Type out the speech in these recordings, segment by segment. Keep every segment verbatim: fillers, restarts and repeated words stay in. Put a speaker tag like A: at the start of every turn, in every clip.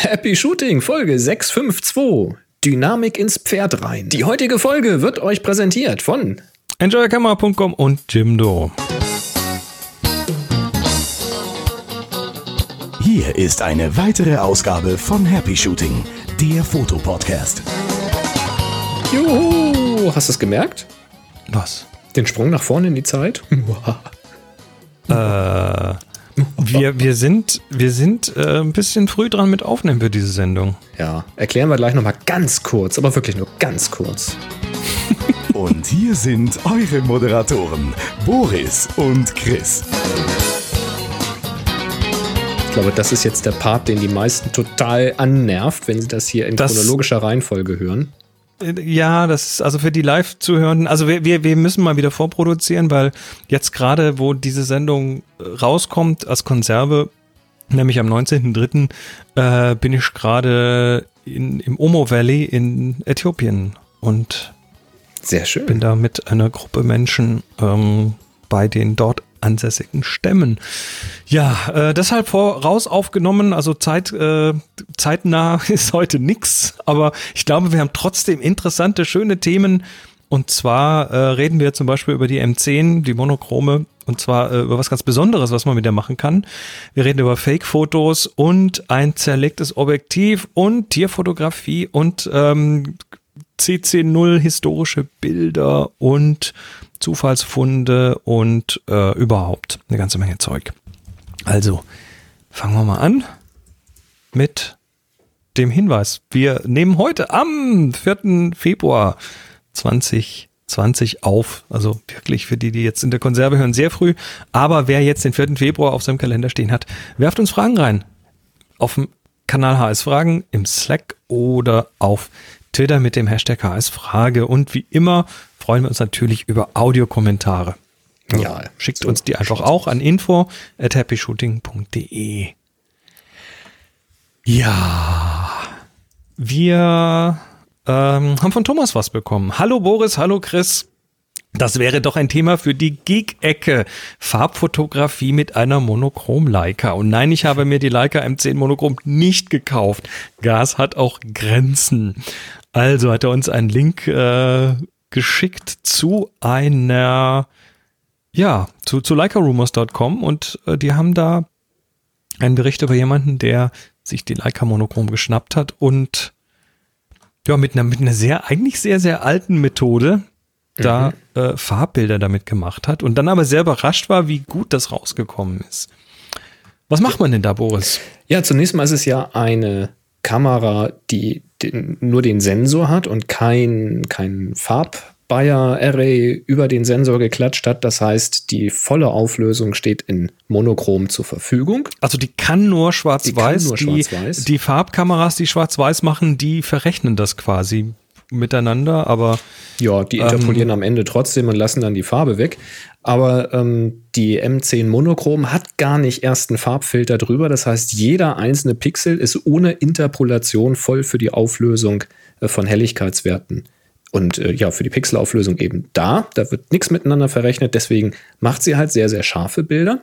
A: Happy Shooting, Folge sechs fünf zwei. Dynamik ins Pferd rein. Die heutige Folge wird euch präsentiert von
B: enjoy camera punkt com und Jimdo.
C: Hier ist eine weitere Ausgabe von Happy Shooting, der Fotopodcast.
A: Juhu, hast du es gemerkt?
B: Was?
A: Den Sprung nach vorne in die Zeit?
B: äh, wir, wir sind, wir sind äh, ein bisschen früh dran mit Aufnehmen für diese Sendung.
A: Ja, erklären wir gleich nochmal ganz kurz, aber wirklich nur ganz kurz.
C: Und hier sind eure Moderatoren, Boris und Chris.
A: Ich glaube, das ist jetzt der Part, den die meisten total annervt, wenn sie das hier in das, chronologischer Reihenfolge hören.
B: Ja, das ist also für die Live-Zuhörenden, also wir, wir, wir müssen mal wieder vorproduzieren, weil jetzt gerade, wo diese Sendung rauskommt als Konserve, nämlich am neunzehnten dritten äh, bin ich gerade in, im Omo Valley in Äthiopien und
A: sehr schön.
B: Bin da mit einer Gruppe Menschen ähm, bei den dort ansässigen Stämmen. Ja, äh, deshalb voraus aufgenommen, also Zeit, äh, zeitnah ist heute nix, aber ich glaube, wir haben trotzdem interessante, schöne Themen. Und zwar äh, reden wir zum Beispiel über die M zehn, die Monochrome, und zwar äh, über was ganz Besonderes, was man mit der machen kann. Wir reden über Fake-Fotos und ein zerlegtes Objektiv und Tierfotografie und ähm, C C null historische Bilder und Zufallsfunde und äh, überhaupt eine ganze Menge Zeug. Also, fangen wir mal an mit dem Hinweis. Wir nehmen heute am vierten Februar zwanzig zwanzig auf. Also wirklich für die, die jetzt in der Konserve hören, sehr früh. Aber wer jetzt den vierten Februar auf seinem Kalender stehen hat, werft uns Fragen rein. Auf dem Kanal H S Fragen, im Slack oder auf Twitter mit dem Hashtag H S Frage. Und wie immer freuen wir uns natürlich über Audiokommentare.
A: Ja,
B: schickt so uns die einfach auch an info at happy shooting punkt de. Ja, wir ähm, haben von Thomas was bekommen. Hallo Boris, hallo Chris. Das wäre doch ein Thema für die Geek-Ecke. Farbfotografie mit einer Monochrom-Leica. Und nein, ich habe mir die Leica M zehn Monochrom nicht gekauft. Gas hat auch Grenzen. Also hat er uns einen Link äh, geschickt zu einer, ja, zu, zu leica rumors punkt com und äh, die haben da einen Bericht über jemanden, der sich die Leica Monochrom geschnappt hat und ja, mit einer, mit einer sehr, eigentlich sehr, sehr alten Methode da mhm. äh, Farbbilder damit gemacht hat und dann aber sehr überrascht war, wie gut das rausgekommen ist. Was macht man denn da, Boris?
A: Ja, zunächst mal ist es ja eine Kamera, die den, nur den Sensor hat und kein, kein Farb-Bayer-Array über den Sensor geklatscht hat. Das heißt, die volle Auflösung steht in Monochrom zur Verfügung.
B: Also die kann nur schwarz-weiß.
A: Die, kann nur schwarz-weiß.
B: Die, die Farbkameras, die schwarz-weiß machen, die verrechnen das quasi miteinander, aber
A: ja, die interpolieren ähm, am Ende trotzdem und lassen dann die Farbe weg. Aber ähm, die M zehn Monochrom hat gar nicht erst einen Farbfilter drüber. Das heißt, jeder einzelne Pixel ist ohne Interpolation voll für die Auflösung äh, von Helligkeitswerten. Und äh, ja, für die Pixelauflösung eben da. Da wird nichts miteinander verrechnet. Deswegen macht sie halt sehr, sehr scharfe Bilder.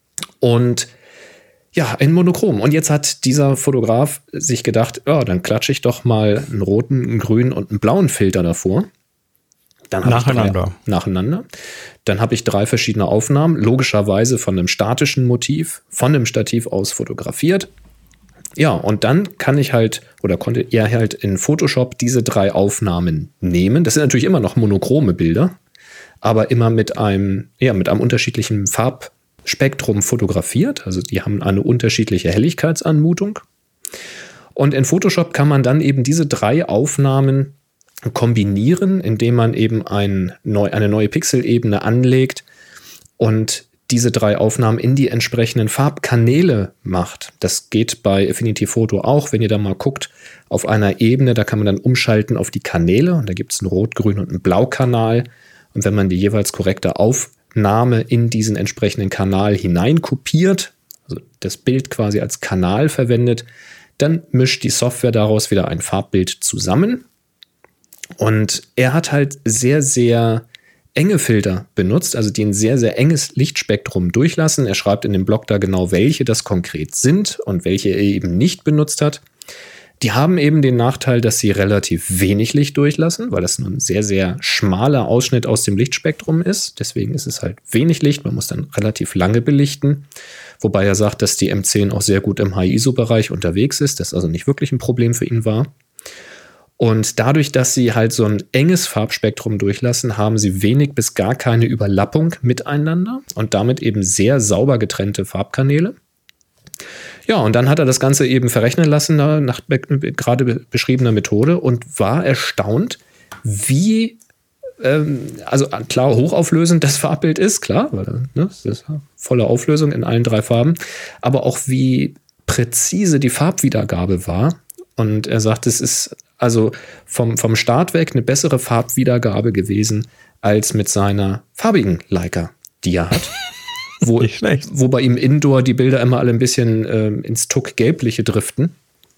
A: Und ja, in Monochrom. Und jetzt hat dieser Fotograf sich gedacht, ja, dann klatsche ich doch mal einen roten, einen grünen und einen blauen Filter davor. Dann
B: nacheinander.
A: Drei, nacheinander. Dann habe ich drei verschiedene Aufnahmen, logischerweise von einem statischen Motiv, von einem Stativ aus fotografiert. Ja, und dann kann ich halt, oder konnte er halt in Photoshop diese drei Aufnahmen nehmen. Das sind natürlich immer noch monochrome Bilder, aber immer mit einem, ja, mit einem unterschiedlichen Farb Spektrum fotografiert, also die haben eine unterschiedliche Helligkeitsanmutung. Und in Photoshop kann man dann eben diese drei Aufnahmen kombinieren, indem man eben ein neu, eine neue Pixelebene anlegt und diese drei Aufnahmen in die entsprechenden Farbkanäle macht. Das geht bei Affinity Photo auch, wenn ihr da mal guckt, auf einer Ebene, da kann man dann umschalten auf die Kanäle und da gibt es einen Rot-, Grün- und einen Blau-Kanal. Und wenn man die jeweils korrekte auf Name in diesen entsprechenden Kanal hineinkopiert, also das Bild quasi als Kanal verwendet, dann mischt die Software daraus wieder ein Farbbild zusammen. Und er hat halt sehr, sehr enge Filter benutzt, also die ein sehr, sehr enges Lichtspektrum durchlassen. Er schreibt in dem Blog da genau, welche das konkret sind und welche er eben nicht benutzt hat. Die haben eben den Nachteil, dass sie relativ wenig Licht durchlassen, weil das nur ein sehr, sehr schmaler Ausschnitt aus dem Lichtspektrum ist. Deswegen ist es halt wenig Licht. Man muss dann relativ lange belichten. Wobei er sagt, dass die M zehn auch sehr gut im High-I S O-Bereich unterwegs ist. Das also nicht wirklich ein Problem für ihn war. Und dadurch, dass sie halt so ein enges Farbspektrum durchlassen, haben sie wenig bis gar keine Überlappung miteinander und damit eben sehr sauber getrennte Farbkanäle. Ja, und dann hat er das Ganze eben verrechnen lassen nach be- gerade beschriebener Methode und war erstaunt, wie, ähm, also klar hochauflösend das Farbbild ist, klar, weil ne, das ist volle Auflösung in allen drei Farben, aber auch wie präzise die Farbwiedergabe war. Und er sagt, es ist also vom, vom Start weg eine bessere Farbwiedergabe gewesen als mit seiner farbigen Leica, die er hat. Wo, wo bei ihm Indoor die Bilder immer alle ein bisschen ähm, ins Tuck-Gelbliche driften.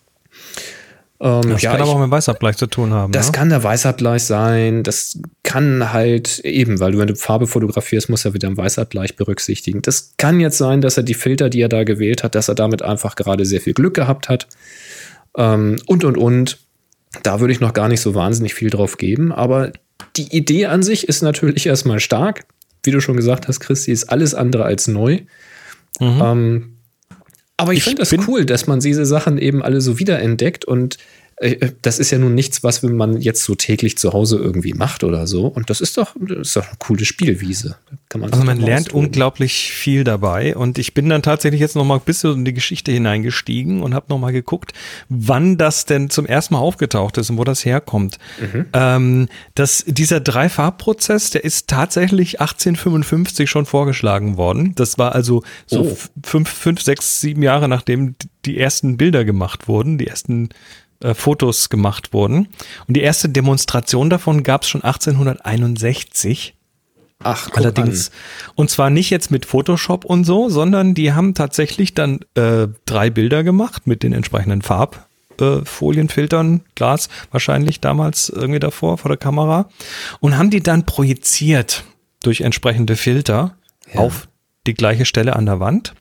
A: Ähm,
B: das
A: ja,
B: kann
A: ich,
B: aber auch mit Weißabgleich zu tun haben.
A: Das
B: ne?
A: kann der Weißabgleich sein. Das kann halt eben, weil du, wenn du Farbe fotografierst, musst du ja wieder einen Weißabgleich berücksichtigen. Das kann jetzt sein, dass er die Filter, die er da gewählt hat, dass er damit einfach gerade sehr viel Glück gehabt hat. Ähm, und, und, und. Da würde ich noch gar nicht so wahnsinnig viel drauf geben. Aber die Idee an sich ist natürlich erstmal stark. Wie du schon gesagt hast, Christi, ist alles andere als neu. Mhm. Ähm, aber ich, ich finde das cool, dass man diese Sachen eben alle so wiederentdeckt. Und äh, das ist ja nun nichts, was man jetzt so täglich zu Hause irgendwie macht oder so. Und das ist doch, das ist doch eine coole Spielwiese. Da kann man
B: also man lernt austoben. Unglaublich viel dabei. Und ich bin dann tatsächlich jetzt noch mal ein bisschen in die Geschichte hineingestiegen und habe noch mal geguckt, wann das denn zum ersten Mal aufgetaucht ist und wo das herkommt. Mhm. Ähm, das, dieser Drei-Farb-Prozess, der ist tatsächlich achtzehnhundertfünfundfünfzig schon vorgeschlagen worden. Das war also so oh. fünf, fünf, sechs, sieben Jahre, nachdem die ersten Bilder gemacht wurden, die ersten äh, Fotos gemacht wurden. Und die erste Demonstration davon gab es schon achtzehnhunderteinundsechzig.
A: Ach, guck
B: allerdings. An. Und zwar nicht jetzt mit Photoshop und so, sondern die haben tatsächlich dann äh, drei Bilder gemacht mit den entsprechenden Farbfolienfiltern, äh, Glas wahrscheinlich damals irgendwie davor vor der Kamera und haben die dann projiziert durch entsprechende Filter ja. auf die gleiche Stelle an der Wand,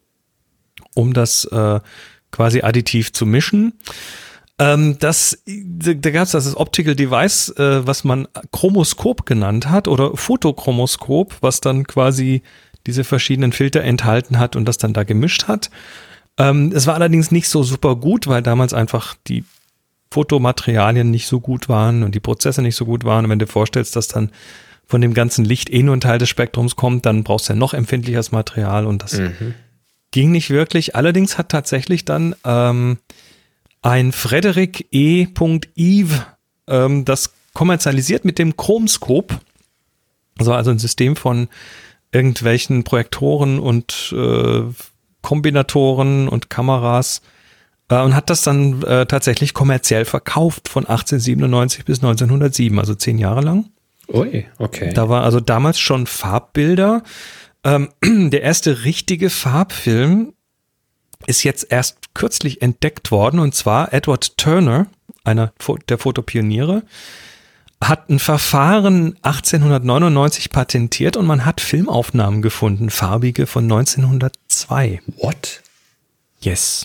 B: um das äh, quasi additiv zu mischen. Ähm, das, da gab es das Optical Device, äh, was man Chromoskop genannt hat oder Photochromoskop, was dann quasi diese verschiedenen Filter enthalten hat und das dann da gemischt hat. Ähm, es war allerdings nicht so super gut, weil damals einfach die Fotomaterialien nicht so gut waren und die Prozesse nicht so gut waren. Und wenn du dir vorstellst, dass dann von dem ganzen Licht eh nur ein Teil des Spektrums kommt, dann brauchst du ja noch empfindlicheres Material und das mhm. ging nicht wirklich. Allerdings hat tatsächlich dann ähm, ein Frederick E. Eve ähm, das kommerzialisiert mit dem Chromscope. Also, also ein System von irgendwelchen Projektoren und äh, Kombinatoren und Kameras äh, und hat das dann äh, tatsächlich kommerziell verkauft von achtzehnhundertsiebenundneunzig bis neunzehnhundertsieben, also zehn Jahre lang.
A: Ui, okay.
B: Da war also damals schon Farbbilder. Ähm, der erste richtige Farbfilm ist jetzt erst kürzlich entdeckt worden, und zwar Edward Turner, einer der Fotopioniere, hat ein Verfahren achtzehnhundertneunundneunzig patentiert und man hat Filmaufnahmen gefunden, farbige von neunzehnhundertzwei.
A: What?
B: Yes.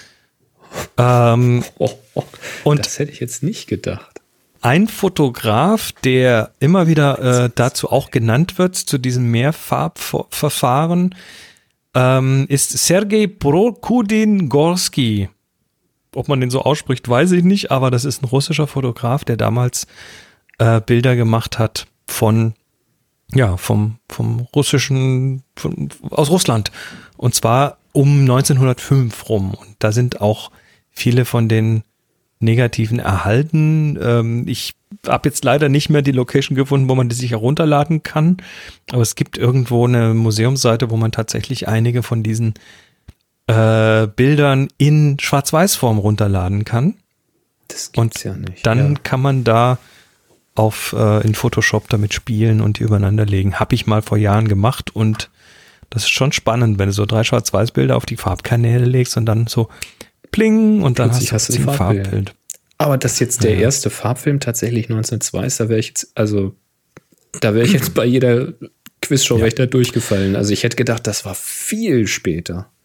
B: Ähm,
A: oh, oh,
B: und
A: das hätte ich jetzt nicht gedacht.
B: Ein Fotograf, der immer wieder äh, dazu auch genannt wird, zu diesem Mehrfarbverfahren, ähm, ist Sergei Prokudin-Gorsky. Ob man den so ausspricht, weiß ich nicht, aber das ist ein russischer Fotograf, der damals äh, Bilder gemacht hat von, ja, vom, vom russischen, von, aus Russland. Und zwar um neunzehnhundertfünf rum. Und da sind auch viele von den Negativen erhalten. Ähm, ich habe jetzt leider nicht mehr die Location gefunden, wo man die sich herunterladen kann. Aber es gibt irgendwo eine Museumsseite, wo man tatsächlich einige von diesen äh, Bildern in Schwarz-Weiß-Form runterladen kann.
A: Das gibt's ja nicht.
B: Dann
A: ja.
B: kann man da auf äh, in Photoshop damit spielen und die übereinander legen. Habe ich mal vor Jahren gemacht und das ist schon spannend, wenn du so drei Schwarz-Weiß-Bilder auf die Farbkanäle legst und dann so pling und dann
A: Plötzlich
B: hast du,
A: hast du ein Farbbild.
B: Farbbild.
A: Aber dass jetzt der
B: ja.
A: erste Farbfilm tatsächlich neunzehnhundertzwei ist, da wäre ich jetzt, also da wäre ich jetzt bei jeder Quizshow ja. da durchgefallen. Also ich hätte gedacht, das war viel später.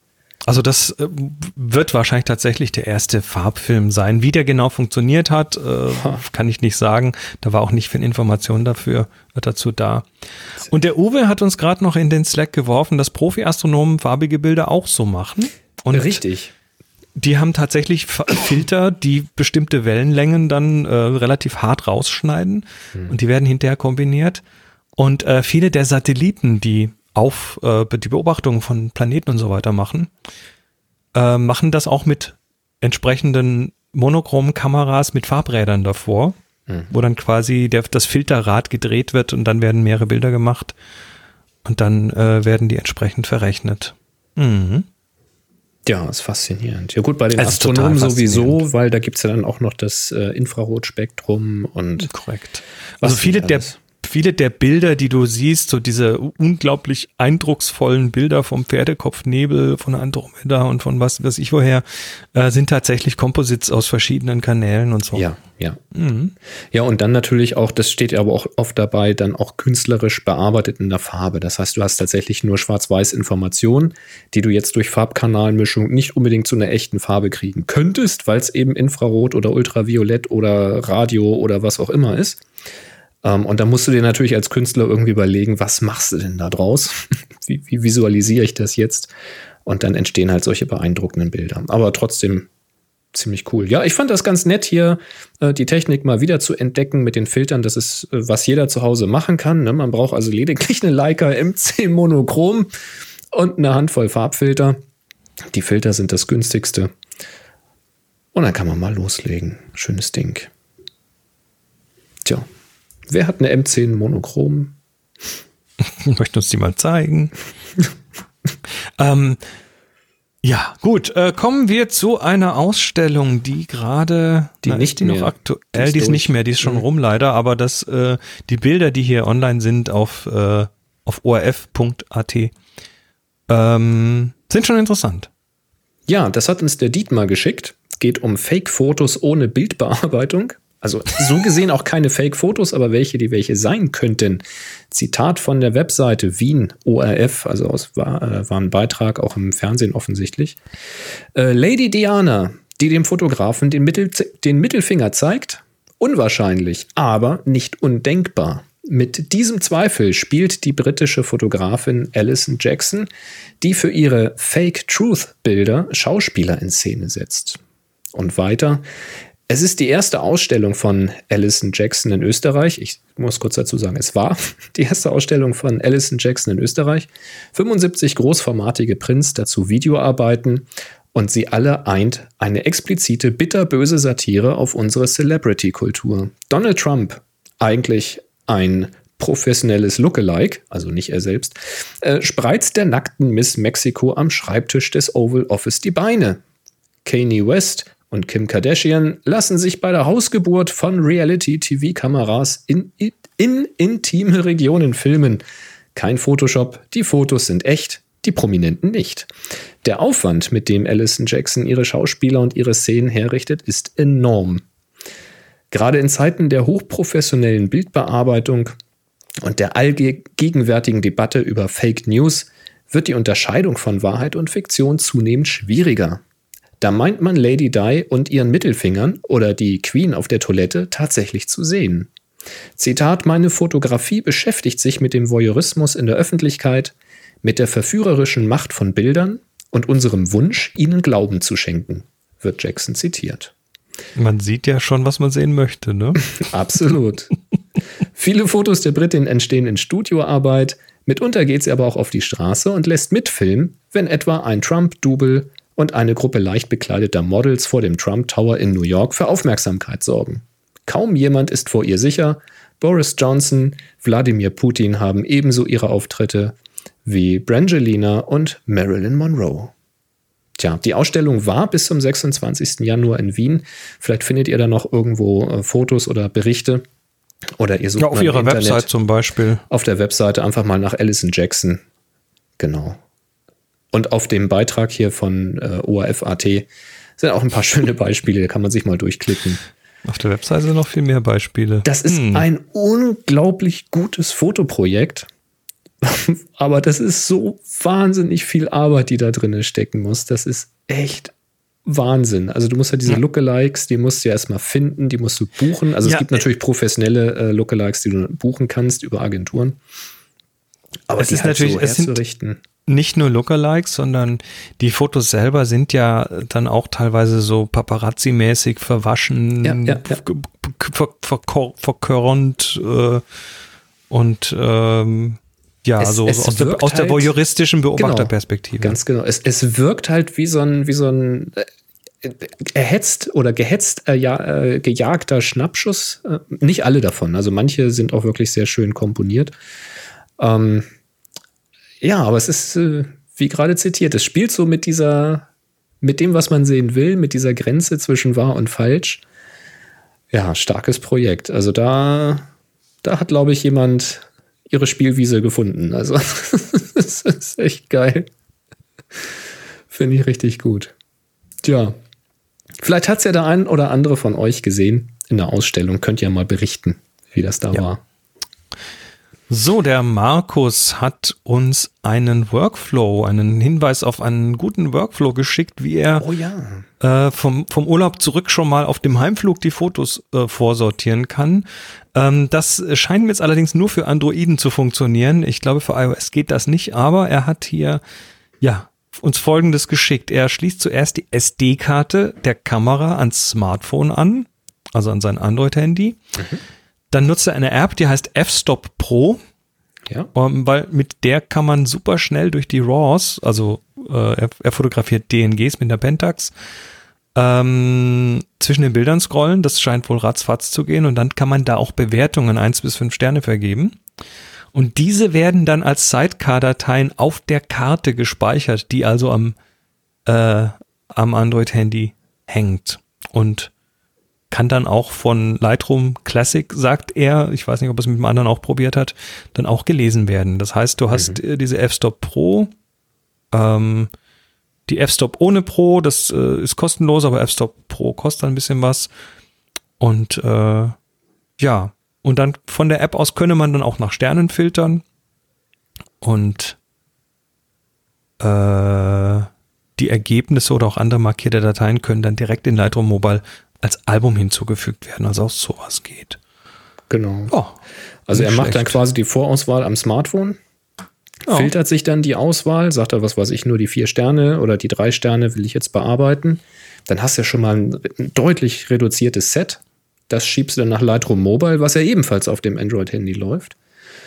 B: Also das äh, wird wahrscheinlich tatsächlich der erste Farbfilm sein. Wie der genau funktioniert hat, äh, kann ich nicht sagen. Da war auch nicht viel Information dafür, dazu da. Und der Uwe hat uns gerade noch in den Slack geworfen, dass Profi-Astronomen farbige Bilder auch so machen. Und
A: richtig.
B: Die haben tatsächlich Filter, die bestimmte Wellenlängen dann äh, relativ hart rausschneiden. Hm. Und die werden hinterher kombiniert. Und äh, viele der Satelliten, die auf äh, die Beobachtungen von Planeten und so weiter machen, äh, machen das auch mit entsprechenden monochromen Kameras mit Farbrädern davor, mhm. wo dann quasi der, das Filterrad gedreht wird und dann werden mehrere Bilder gemacht und dann äh, werden die entsprechend verrechnet. Mhm.
A: Ja, ist faszinierend. Ja gut, bei den
B: also
A: Astronomen sowieso, weil da gibt es ja dann auch noch das äh, Infrarotspektrum und
B: korrekt. Also viele der Viele der Bilder, die du siehst, so diese unglaublich eindrucksvollen Bilder vom Pferdekopfnebel, von Andromeda und von was weiß ich woher, äh, sind tatsächlich Composites aus verschiedenen Kanälen und so.
A: Ja, ja. Mhm. Ja, und dann natürlich auch, das steht ja aber auch oft dabei, dann auch künstlerisch bearbeitet in der Farbe. Das heißt, du hast tatsächlich nur Schwarz-Weiß-Informationen, die du jetzt durch Farbkanalmischung nicht unbedingt zu einer echten Farbe kriegen könntest, weil es eben Infrarot oder Ultraviolett oder Radio oder was auch immer ist. Und da musst du dir natürlich als Künstler irgendwie überlegen, was machst du denn da draus? Wie, wie visualisiere ich das jetzt? Und dann entstehen halt solche beeindruckenden Bilder. Aber trotzdem ziemlich cool. Ja, ich fand das ganz nett hier, die Technik mal wieder zu entdecken mit den Filtern. Das ist, was jeder zu Hause machen kann. Man braucht also lediglich eine Leica M zehn Monochrom und eine Handvoll Farbfilter. Die Filter sind das günstigste. Und dann kann man mal loslegen. Schönes Ding. Tja. Wer hat eine M zehn Monochrom?
B: Ich möchte uns die mal zeigen. ähm, ja, gut. Äh, kommen wir zu einer Ausstellung, die gerade,
A: die na, nicht
B: die
A: mehr.
B: noch aktuell, die ist, die ist nicht mehr, die ist schon mhm. rum leider, aber das, äh, die Bilder, die hier online sind auf, äh, auf o r f punkt a t, ähm, sind schon interessant.
A: Ja, das hat uns der Dietmar geschickt. Es geht um Fake-Fotos ohne Bildbearbeitung. Also so gesehen auch keine Fake-Fotos, aber welche, die welche sein könnten. Zitat von der Webseite Wien O R F, also aus, war, äh, war ein Beitrag, auch im Fernsehen offensichtlich. Äh, Lady Diana, die dem Fotografen den, Mittel, den Mittelfinger zeigt, unwahrscheinlich, aber nicht undenkbar. Mit diesem Zweifel spielt die britische Fotografin Alison Jackson, die für ihre Fake-Truth-Bilder Schauspieler in Szene setzt. Und weiter: Es ist die erste Ausstellung von Alison Jackson in Österreich. Ich muss kurz dazu sagen, es war die erste Ausstellung von Alison Jackson in Österreich. fünfundsiebzig großformatige Prints, dazu Videoarbeiten. Und sie alle eint eine explizite, bitterböse Satire auf unsere Celebrity-Kultur. Donald Trump, eigentlich ein professionelles Lookalike, also nicht er selbst, äh, spreizt der nackten Miss Mexico am Schreibtisch des Oval Office die Beine. Kanye West und Kim Kardashian lassen sich bei der Hausgeburt von Reality-T V-Kameras in, in, in intime Regionen filmen. Kein Photoshop, die Fotos sind echt, die Prominenten nicht. Der Aufwand, mit dem Alison Jackson ihre Schauspieler und ihre Szenen herrichtet, ist enorm. Gerade in Zeiten der hochprofessionellen Bildbearbeitung und der allgegenwärtigen Debatte über Fake News wird die Unterscheidung von Wahrheit und Fiktion zunehmend schwieriger. Da meint man Lady Di und ihren Mittelfingern oder die Queen auf der Toilette tatsächlich zu sehen. Zitat: Meine Fotografie beschäftigt sich mit dem Voyeurismus in der Öffentlichkeit, mit der verführerischen Macht von Bildern und unserem Wunsch, ihnen Glauben zu schenken, wird Jackson zitiert.
B: Man sieht ja schon, was man sehen möchte, ne?
A: Absolut. Viele Fotos der Britin entstehen in Studioarbeit, mitunter geht sie aber auch auf die Straße und lässt mitfilmen, wenn etwa ein Trump-Double und eine Gruppe leicht bekleideter Models vor dem Trump Tower in New York für Aufmerksamkeit sorgen. Kaum jemand ist vor ihr sicher. Boris Johnson, Wladimir Putin haben ebenso ihre Auftritte wie Brangelina und Marilyn Monroe. Tja, die Ausstellung war bis zum sechsundzwanzigsten Januar in Wien. Vielleicht findet ihr da noch irgendwo äh, Fotos oder Berichte. Oder ihr sucht
B: ja, auf ihrer
A: Internet,
B: Website zum Beispiel.
A: Auf der Webseite einfach mal nach Alison Jackson. Genau. Und auf dem Beitrag hier von äh, O R F Punkt A T sind auch ein paar schöne Beispiele, da kann man sich mal durchklicken.
B: Auf der Webseite sind noch viel mehr Beispiele.
A: Das ist hm. ein unglaublich gutes Fotoprojekt. Aber das ist so wahnsinnig viel Arbeit, die da drin stecken muss. Das ist echt Wahnsinn. Also du musst ja diese ja. Lookalikes, die musst du ja erstmal finden, die musst du buchen. Also ja, es gibt natürlich professionelle äh, Lookalikes, die du buchen kannst über Agenturen. Aber
B: es ist halt natürlich, so es sind nicht nur Lookalikes, sondern die Fotos selber sind ja dann auch teilweise so Paparazzi-mäßig verwaschen, ja, ja, ja. ver, ver, ver, verkörnt äh, und ähm, ja, es, so es aus, der, aus der halt, voyeuristischen Beobachterperspektive.
A: Genau, ganz genau. Es, es wirkt halt wie so ein, wie so ein äh, erhetzt oder gehetzt äh, ja, äh, gejagter Schnappschuss. Äh, nicht alle davon. Also manche sind auch wirklich sehr schön komponiert. Ähm, ja, aber es ist, äh, wie gerade zitiert, es spielt so mit dieser, mit dem, was man sehen will, mit dieser Grenze zwischen wahr und falsch. Ja, starkes Projekt. Also da, da hat, glaube ich, jemand ihre Spielwiese gefunden. Also das ist echt geil. Finde ich richtig gut. Tja, vielleicht hat es ja der ein oder andere von euch gesehen in der Ausstellung. Könnt ihr ja mal berichten, wie das da ja. war.
B: So, der Markus hat uns einen Workflow, einen Hinweis auf einen guten Workflow geschickt, wie er
A: oh ja.
B: äh, vom, vom Urlaub zurück schon mal auf dem Heimflug die Fotos äh, vorsortieren kann. Ähm, das scheint mir jetzt allerdings nur für Androiden zu funktionieren. Ich glaube, für iOS geht das nicht, aber er hat hier ja uns Folgendes geschickt. Er schließt zuerst die S D-Karte der Kamera ans Smartphone an, also an sein Android-Handy. Mhm. Dann nutzt er eine App, die heißt F-Stop Pro, ja. um, weil mit der kann man super schnell durch die RAWs, also äh, er, er fotografiert D N Gs mit der Pentax, ähm, zwischen den Bildern scrollen. Das scheint wohl ratzfatz zu gehen und dann kann man da auch Bewertungen eins bis fünf Sterne vergeben. Und diese werden dann als Sidecar-Dateien auf der Karte gespeichert, die also am, äh, am Android-Handy hängt. Und kann dann auch von Lightroom Classic, sagt er, ich weiß nicht, ob er es mit dem anderen auch probiert hat, dann auch gelesen werden. Das heißt, du hast mhm. diese F-Stop Pro, ähm, die F-Stop ohne Pro, das äh, ist kostenlos, aber F-Stop Pro kostet ein bisschen was. Und äh, ja, und dann von der App aus könne man dann auch nach Sternen filtern und äh, die Ergebnisse oder auch andere markierte Dateien können dann direkt in Lightroom Mobile als Album hinzugefügt werden, also auch sowas geht.
A: Genau.
B: Oh,
A: also er macht
B: schlecht.
A: dann quasi die Vorauswahl am Smartphone, oh. filtert sich dann die Auswahl, sagt er, was weiß ich, nur die vier Sterne oder die drei Sterne will ich jetzt bearbeiten. Dann hast du ja schon mal ein, ein deutlich reduziertes Set. Das schiebst du dann nach Lightroom Mobile, was ja ebenfalls auf dem Android-Handy läuft.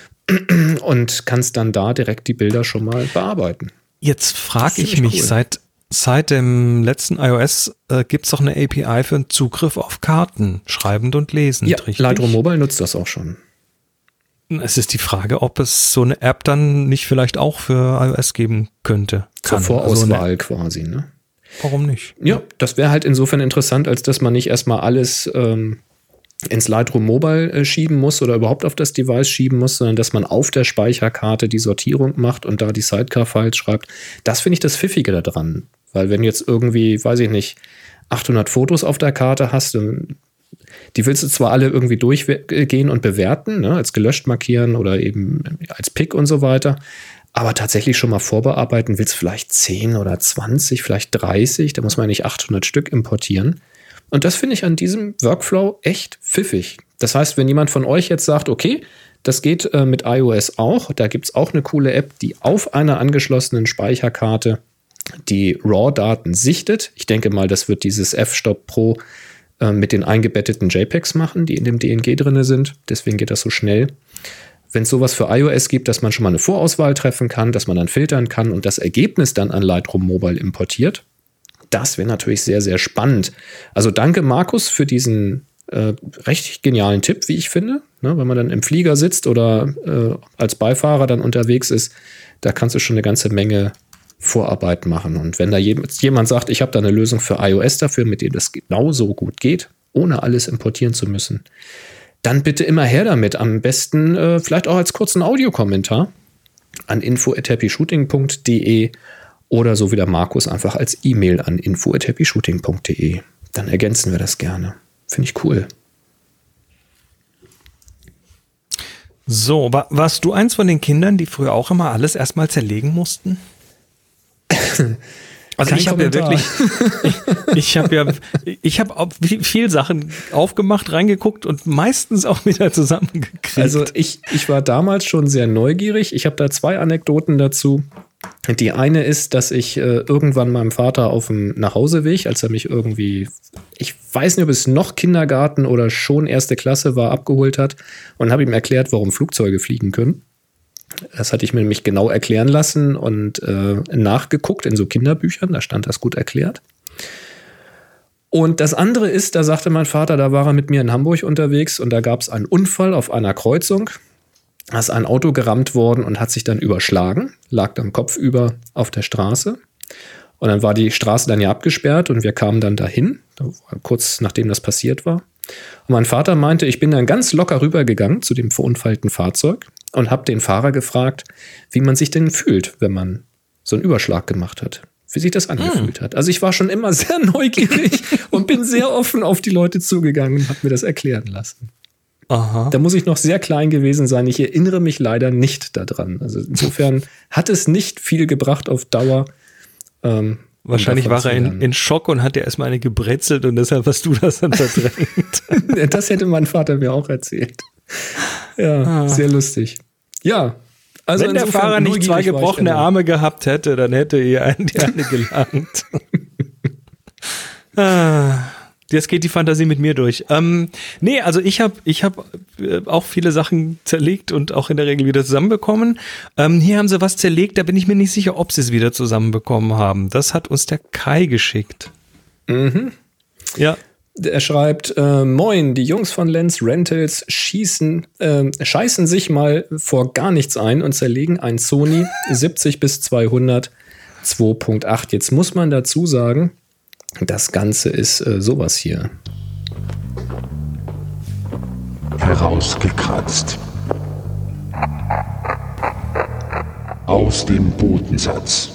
A: Und kannst dann da direkt die Bilder schon mal bearbeiten.
B: Jetzt frage ich mich, cool. seit Seit dem letzten iOS äh, gibt es doch eine A P I für einen Zugriff auf Karten, schreibend und lesend,
A: ja,
B: richtig?
A: Lightroom Mobile nutzt das auch schon.
B: Es ist die Frage, ob es so eine App dann nicht vielleicht auch für iOS geben könnte.
A: Zur Vorauswahl also quasi, ne?
B: Warum nicht?
A: Ja, das wäre halt insofern interessant, als dass man nicht erstmal alles ähm, ins Lightroom Mobile äh, schieben muss oder überhaupt auf das Device schieben muss, sondern dass man auf der Speicherkarte die Sortierung macht und da die Sidecar-Files schreibt. Das finde ich das Pfiffige da dran. Weil wenn du jetzt irgendwie, weiß ich nicht, achthundert Fotos auf der Karte hast, die willst du zwar alle irgendwie durchgehen und bewerten, ne, als gelöscht markieren oder eben als Pick und so weiter, aber tatsächlich schon mal vorbearbeiten willst du vielleicht zehn oder zwanzig, vielleicht dreißig, da muss man ja nicht achthundert Stück importieren. Und das finde ich an diesem Workflow echt pfiffig. Das heißt, wenn jemand von euch jetzt sagt, okay, das geht äh, mit iOS auch, da gibt es auch eine coole App, die auf einer angeschlossenen Speicherkarte die RAW-Daten sichtet. Ich denke mal, das wird dieses F-Stop Pro äh, mit den eingebetteten JPEGs machen, die in dem D N G drin sind. Deswegen geht das so schnell. Wenn es sowas für iOS gibt, dass man schon mal eine Vorauswahl treffen kann, dass man dann filtern kann und das Ergebnis dann an Lightroom Mobile importiert, das wäre natürlich sehr, sehr spannend. Also danke, Markus, für diesen äh, recht genialen Tipp, wie ich finde. Ne, wenn man dann im Flieger sitzt oder äh, als Beifahrer dann unterwegs ist, da kannst du schon eine ganze Menge Vorarbeit machen. Und wenn da jemand sagt, ich habe da eine Lösung für iOS dafür, mit der das genauso gut geht, ohne alles importieren zu müssen, dann bitte immer her damit. Am besten äh, vielleicht auch als kurzen Audiokommentar an info at happy shooting punkt de oder so wie der Markus einfach als E-Mail an info at happy shooting punkt de. Dann ergänzen wir das gerne. Finde ich cool.
B: So, war, warst du eins von den Kindern, die früher auch immer alles erstmal zerlegen mussten? Also
A: Kein
B: ich habe ja
A: Kommentar.
B: wirklich, ich, ich habe ja, ich habe viel Sachen aufgemacht, reingeguckt und meistens auch wieder zusammengekriegt.
A: Also ich, ich war damals schon sehr neugierig. Ich habe da zwei Anekdoten dazu. Die eine ist, dass ich äh, irgendwann meinem Vater auf dem Nachhauseweg, als er mich irgendwie, ich weiß nicht, ob es noch Kindergarten oder schon erste Klasse war, abgeholt hat und habe ihm erklärt, warum Flugzeuge fliegen können. Das hatte ich mir nämlich genau erklären lassen und äh, nachgeguckt in so Kinderbüchern, da stand das gut erklärt. Und das andere ist, da sagte mein Vater, da war er mit mir in Hamburg unterwegs und da gab es einen Unfall auf einer Kreuzung. Da ist ein Auto gerammt worden und hat sich dann überschlagen, lag dann kopfüber auf der Straße. Und dann war die Straße dann ja abgesperrt und wir kamen dann dahin, kurz nachdem das passiert war. Und mein Vater meinte, ich bin dann ganz locker rübergegangen zu dem verunfallten Fahrzeug und habe den Fahrer gefragt, wie man sich denn fühlt, wenn man so einen Überschlag gemacht hat. Wie sich das angefühlt hm. hat. Also ich war schon immer sehr neugierig und bin sehr offen auf die Leute zugegangen und habe mir das erklären lassen.
B: Aha.
A: Da muss ich noch sehr klein gewesen sein. Ich erinnere mich leider nicht daran. Also insofern hat es nicht viel gebracht auf Dauer. Ähm,
B: Wahrscheinlich
A: um
B: war er in, in Schock und hat dir erstmal eine gebrezelt und deshalb hast du das dann verdrängt.
A: Das hätte mein Vater mir auch erzählt. Ja, ah. sehr lustig. Ja, also
B: wenn der Fahrer nicht zwei gebrochene Arme gehabt hätte, dann hätte er einen gerne gelangt. ah. Jetzt geht die Fantasie mit mir durch. Ähm, nee, also ich habe ich hab, äh, auch viele Sachen zerlegt und auch in der Regel wieder zusammenbekommen. Ähm, hier haben sie was zerlegt, da bin ich mir nicht sicher, ob sie es wieder zusammenbekommen haben. Das hat uns der Kai geschickt.
A: Mhm.
B: Ja.
A: Er schreibt, äh, moin, die Jungs von Lens Rentals schießen, äh, scheißen sich mal vor gar nichts ein und zerlegen ein Sony siebzig bis zweihundert zwei Punkt acht. Jetzt muss man dazu sagen, das Ganze ist äh, sowas hier.
C: Herausgekratzt. Aus dem Bodensatz.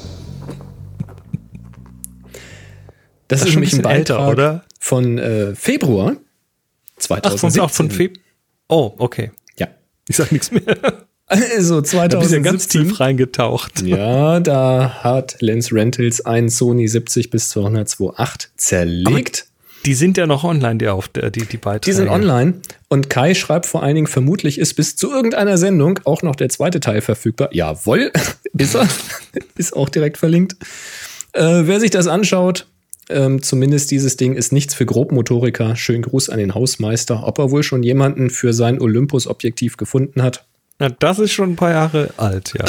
A: Das, das ist nämlich ein Beitrag
B: älter, oder?
A: Von äh, Februar zweitausendsiebzehn.
B: Ach, von, auch von Februar. Oh, okay.
A: Ja.
B: Ich sag nichts mehr.
A: Also zweitausendsiebzehn. Da bist du ja
B: ganz tief reingetaucht.
A: Ja, da hat Lens Rentals einen Sony siebzig bis zweihundert zwei Punkt acht zerlegt.
B: Aber die sind ja noch online, die, auf der, die, die Beiträge.
A: Die sind online. Und Kai schreibt vor allen Dingen, vermutlich ist bis zu irgendeiner Sendung auch noch der zweite Teil verfügbar. Jawohl, ist er. Ist auch direkt verlinkt. Äh, wer sich das anschaut, ähm, zumindest dieses Ding ist nichts für Grobmotoriker. Schönen Gruß an den Hausmeister. Ob er wohl schon jemanden für sein Olympus-Objektiv gefunden hat.
B: Ja, das ist schon ein paar Jahre alt, ja.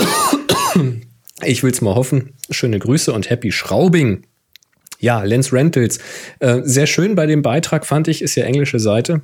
A: Ich will's mal hoffen. Schöne Grüße und Happy Schraubing. Ja, Lens Rentals. Äh, sehr schön bei dem Beitrag, fand ich, ist ja englische Seite,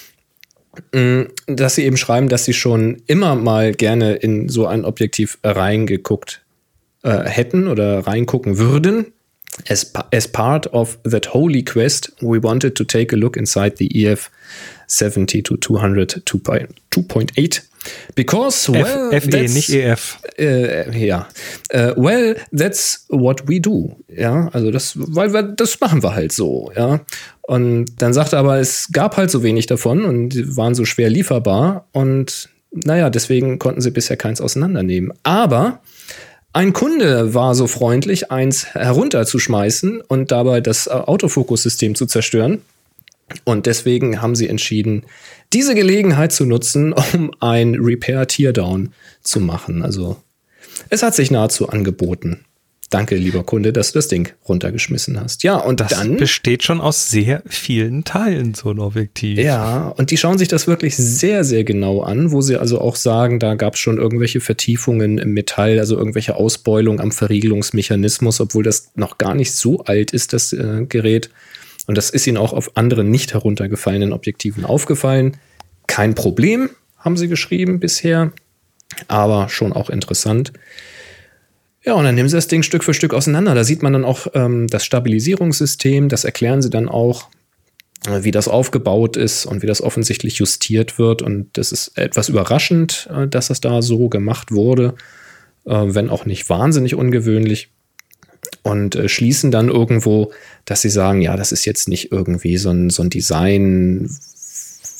A: mh, dass sie eben schreiben, dass sie schon immer mal gerne in so ein Objektiv reingeguckt äh, hätten oder reingucken würden. As, as part of that holy quest, we wanted to take a look inside the E F seventy to two hundred two point eight. Because, well,
B: F E, nicht E F.
A: Äh, ja. Uh, well, that's what we do. Ja, also das, weil wir, das machen wir halt so, ja. Und dann sagte er aber, es gab halt so wenig davon und die waren so schwer lieferbar und naja, deswegen konnten sie bisher keins auseinandernehmen. Aber ein Kunde war so freundlich, eins herunterzuschmeißen und dabei das Autofokussystem zu zerstören. Und deswegen haben sie entschieden, diese Gelegenheit zu nutzen, um ein Repair-Teardown zu machen. Also es hat sich nahezu angeboten. Danke, lieber Kunde, dass du das Ding runtergeschmissen hast. Ja, und
B: das
A: dann
B: besteht schon aus sehr vielen Teilen, so ein Objektiv.
A: Ja, und die schauen sich das wirklich sehr, sehr genau an, wo sie also auch sagen, da gab es schon irgendwelche Vertiefungen im Metall, also irgendwelche Ausbeulung am Verriegelungsmechanismus, obwohl das noch gar nicht so alt ist, das äh, Gerät. Und das ist ihnen auch auf anderen nicht heruntergefallenen Objektiven aufgefallen. Kein Problem, haben sie geschrieben bisher, aber schon auch interessant. Ja, und dann nehmen sie das Ding Stück für Stück auseinander. Da sieht man dann auch ähm, das Stabilisierungssystem, das erklären sie dann auch, äh, wie das aufgebaut ist und wie das offensichtlich justiert wird. Und das ist etwas überraschend, äh, dass das da so gemacht wurde, äh, wenn auch nicht wahnsinnig ungewöhnlich. Und äh, schließen dann irgendwo, dass sie sagen, ja, das ist jetzt nicht irgendwie so ein, so ein Design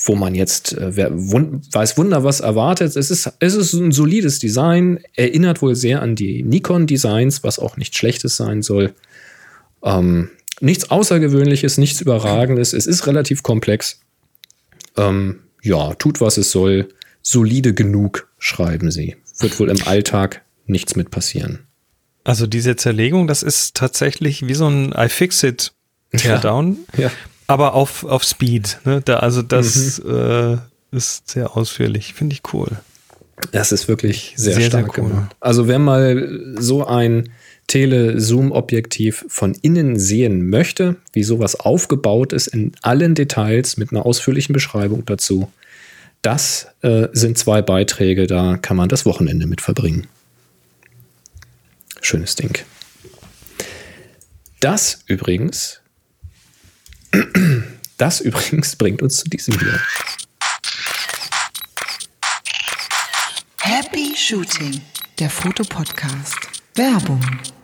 A: wo man jetzt äh, wer, wund, weiß Wunder was erwartet. Es ist, es ist ein solides Design, erinnert wohl sehr an die Nikon-Designs, was auch nichts Schlechtes sein soll. Ähm, nichts Außergewöhnliches, nichts Überragendes. Es ist relativ komplex. Ähm, ja, tut, was es soll. Solide genug, schreiben sie. Wird wohl im Alltag nichts mit passieren.
B: Also diese Zerlegung, das ist tatsächlich wie so ein iFixit Teardown.
A: Ja. Ja.
B: Aber auf, auf Speed, ne? Da, also das mhm. äh, ist sehr ausführlich, finde ich cool.
A: Das ist wirklich sehr,
B: sehr
A: stark
B: sehr cool.
A: gemacht. Also wer mal so ein Tele-Zoom-Objektiv von innen sehen möchte, wie sowas aufgebaut ist in allen Details mit einer ausführlichen Beschreibung dazu, das äh, sind zwei Beiträge, da kann man das Wochenende mit verbringen. Schönes Ding. Das übrigens Das übrigens bringt uns zu diesem hier.
D: Happy Shooting, der Fotopodcast. Werbung.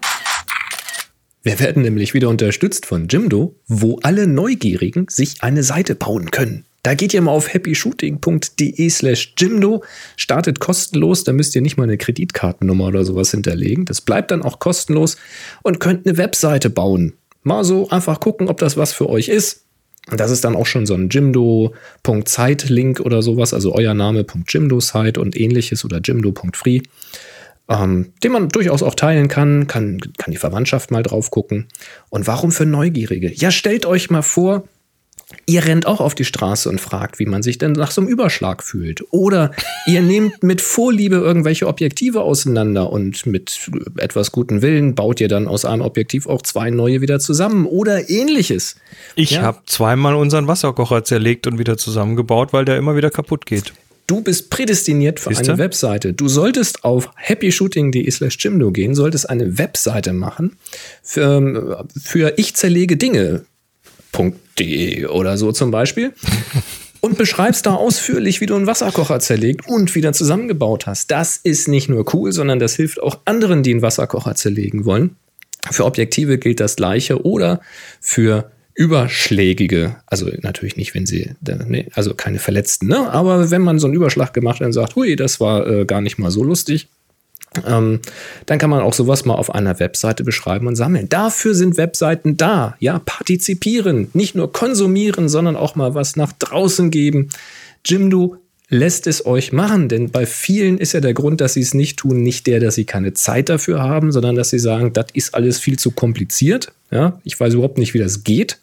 A: Wir werden nämlich wieder unterstützt von Jimdo, wo alle Neugierigen sich eine Seite bauen können. Da geht ihr mal auf happyshooting.de slash Jimdo, startet kostenlos, da müsst ihr nicht mal eine Kreditkartennummer oder sowas hinterlegen. Das bleibt dann auch kostenlos und könnt eine Webseite bauen. Mal so einfach gucken, ob das was für euch ist. Und das ist dann auch schon so ein Jimdo.site-Link oder sowas, also euer Name.jimdo-Site und ähnliches oder jimdo.free, ähm, den man durchaus auch teilen kann, kann, kann die Verwandtschaft mal drauf gucken. Und warum für Neugierige? Ja, stellt euch mal vor, ihr rennt auch auf die Straße und fragt, wie man sich denn nach so einem Überschlag fühlt. Oder ihr nehmt mit Vorliebe irgendwelche Objektive auseinander und mit etwas guten Willen baut ihr dann aus einem Objektiv auch zwei neue wieder zusammen oder ähnliches.
B: Ich
A: ja?
B: habe zweimal unseren Wasserkocher zerlegt und wieder zusammengebaut, weil der immer wieder kaputt geht.
A: Du bist prädestiniert für
B: Siehste?
A: eine Webseite. Du solltest auf happyshooting.de slash Jimdo gehen, solltest eine Webseite machen für, für ich zerlege Dinge. .de oder so zum Beispiel und beschreibst da ausführlich, wie du einen Wasserkocher zerlegt und wieder zusammengebaut hast. Das ist nicht nur cool, sondern das hilft auch anderen, die einen Wasserkocher zerlegen wollen. Für Objektive gilt das Gleiche oder für überschlägige, also natürlich nicht, wenn sie, nee, also keine Verletzten, ne? Aber wenn man so einen Überschlag gemacht hat und sagt, hui, das war äh, gar nicht mal so lustig, Ähm, dann kann man auch sowas mal auf einer Webseite beschreiben und sammeln. Dafür sind Webseiten da. Ja, partizipieren, nicht nur konsumieren, sondern auch mal was nach draußen geben. Jimdo lässt es euch machen, denn bei vielen ist ja der Grund, dass sie es nicht tun, nicht der, dass sie keine Zeit dafür haben, sondern dass sie sagen, das ist alles viel zu kompliziert. Ja, ich weiß überhaupt nicht, wie das geht.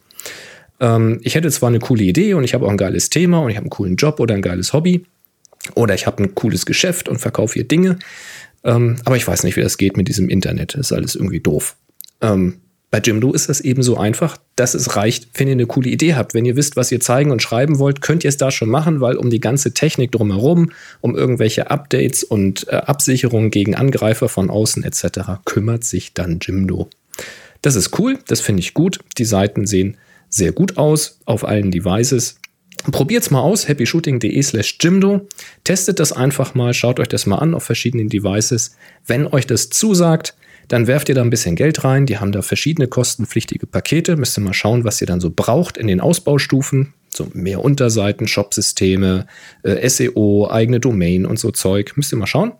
A: Ähm, ich hätte zwar eine coole Idee und ich habe auch ein geiles Thema und ich habe einen coolen Job oder ein geiles Hobby oder ich habe ein cooles Geschäft und verkaufe hier Dinge. Ähm, aber ich weiß nicht, wie das geht mit diesem Internet. Das ist alles irgendwie doof. Ähm, bei Jimdo ist das eben so einfach, dass es reicht, wenn ihr eine coole Idee habt. Wenn ihr wisst, was ihr zeigen und schreiben wollt, könnt ihr es da schon machen, weil um die ganze Technik drumherum, um irgendwelche Updates und äh, Absicherungen gegen Angreifer von außen et cetera kümmert sich dann Jimdo. Das ist cool, das finde ich gut. Die Seiten sehen sehr gut aus auf allen Devices. Probiert's mal aus, happyshooting.de slash Jimdo. Testet das einfach mal, schaut euch das mal an auf verschiedenen Devices. Wenn euch das zusagt, dann werft ihr da ein bisschen Geld rein. Die haben da verschiedene kostenpflichtige Pakete. Müsst ihr mal schauen, was ihr dann so braucht in den Ausbaustufen. So mehr Unterseiten, Shopsysteme, äh, S E O, eigene Domain und so Zeug. Müsst ihr mal schauen.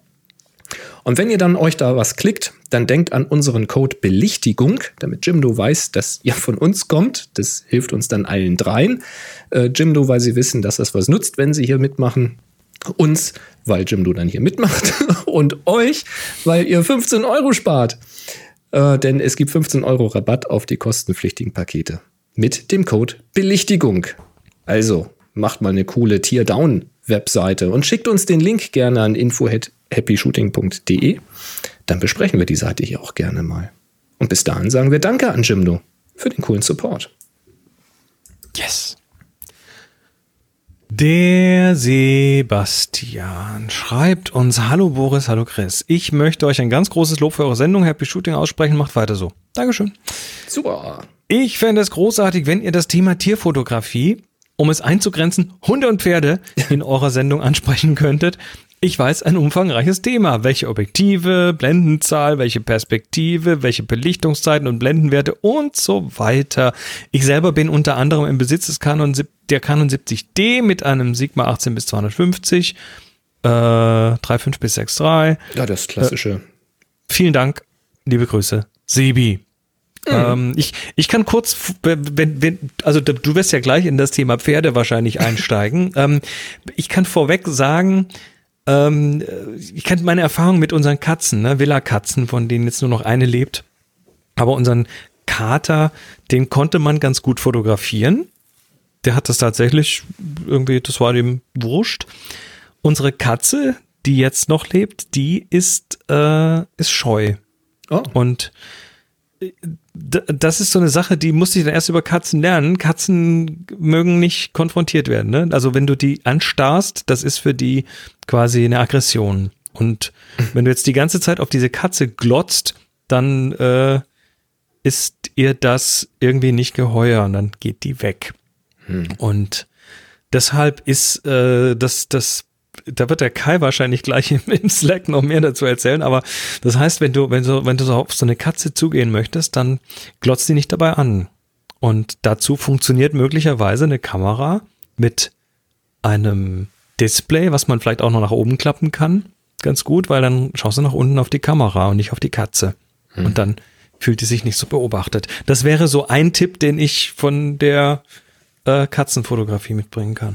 A: Und wenn ihr dann euch da was klickt, dann denkt an unseren Code Belichtigung, damit Jimdo weiß, dass ihr von uns kommt. Das hilft uns dann allen dreien. Äh, Jimdo, weil sie wissen, dass das was nutzt, wenn sie hier mitmachen. Uns, weil Jimdo dann hier mitmacht. Und euch, weil ihr fünfzehn Euro spart. Äh, denn es gibt fünfzehn Euro Rabatt auf die kostenpflichtigen Pakete. Mit dem Code Belichtigung. Also, macht mal eine coole Teardown-Webseite und schickt uns den Link gerne an info at happyshooting.de. Dann besprechen wir die Seite hier auch gerne mal. Und bis dahin sagen wir Danke an Jimdo für den coolen Support.
B: Yes. Der Sebastian schreibt uns: Hallo Boris, hallo Chris. Ich möchte euch ein ganz großes Lob für eure Sendung Happy Shooting aussprechen. Macht weiter so. Dankeschön.
A: Super.
B: Ich fände es großartig, wenn ihr das Thema Tierfotografie, um es einzugrenzen, Hunde und Pferde in eurer Sendung ansprechen könntet. Ich weiß, ein umfangreiches Thema. Welche Objektive, Blendenzahl, welche Perspektive, welche Belichtungszeiten und Blendenwerte und so weiter. Ich selber bin unter anderem im Besitz des Canon, der Canon siebzig D mit einem Sigma achtzehn bis zweihundertfünfzig, äh, drei Komma fünf bis sechs Komma drei.
A: Ja, das klassische.
B: Äh, vielen Dank, liebe Grüße, Sebi. Mhm. Ähm, ich, ich kann kurz, wenn, wenn, also du wirst ja gleich in das Thema Pferde wahrscheinlich einsteigen. ähm, ich kann vorweg sagen, ähm, ich kenne meine Erfahrung mit unseren Katzen, ne? Villa-Katzen, von denen jetzt nur noch eine lebt. Aber unseren Kater, den konnte man ganz gut fotografieren. Der hat das tatsächlich irgendwie, das war dem wurscht. Unsere Katze, die jetzt noch lebt, die ist, äh, ist scheu. Oh. Und das ist so eine Sache, die musste ich dann erst über Katzen lernen. Katzen mögen nicht konfrontiert werden. Ne? Also wenn du die anstarrst, das ist für die quasi eine Aggression. Und wenn du jetzt die ganze Zeit auf diese Katze glotzt, dann äh, ist ihr das irgendwie nicht geheuer und dann geht die weg. Hm. Und deshalb ist äh, das, das da wird der Kai wahrscheinlich gleich im, im Slack noch mehr dazu erzählen, aber das heißt, wenn du, wenn du, wenn du so auf so eine Katze zugehen möchtest, dann glotzt die nicht dabei an. Und dazu funktioniert möglicherweise eine Kamera mit einem Display, was man vielleicht auch noch nach oben klappen kann, ganz gut, weil dann schaust du nach unten auf die Kamera und nicht auf die Katze. Hm. Und dann fühlt die sich nicht so beobachtet. Das wäre so ein Tipp, den ich von der äh, Katzenfotografie mitbringen kann.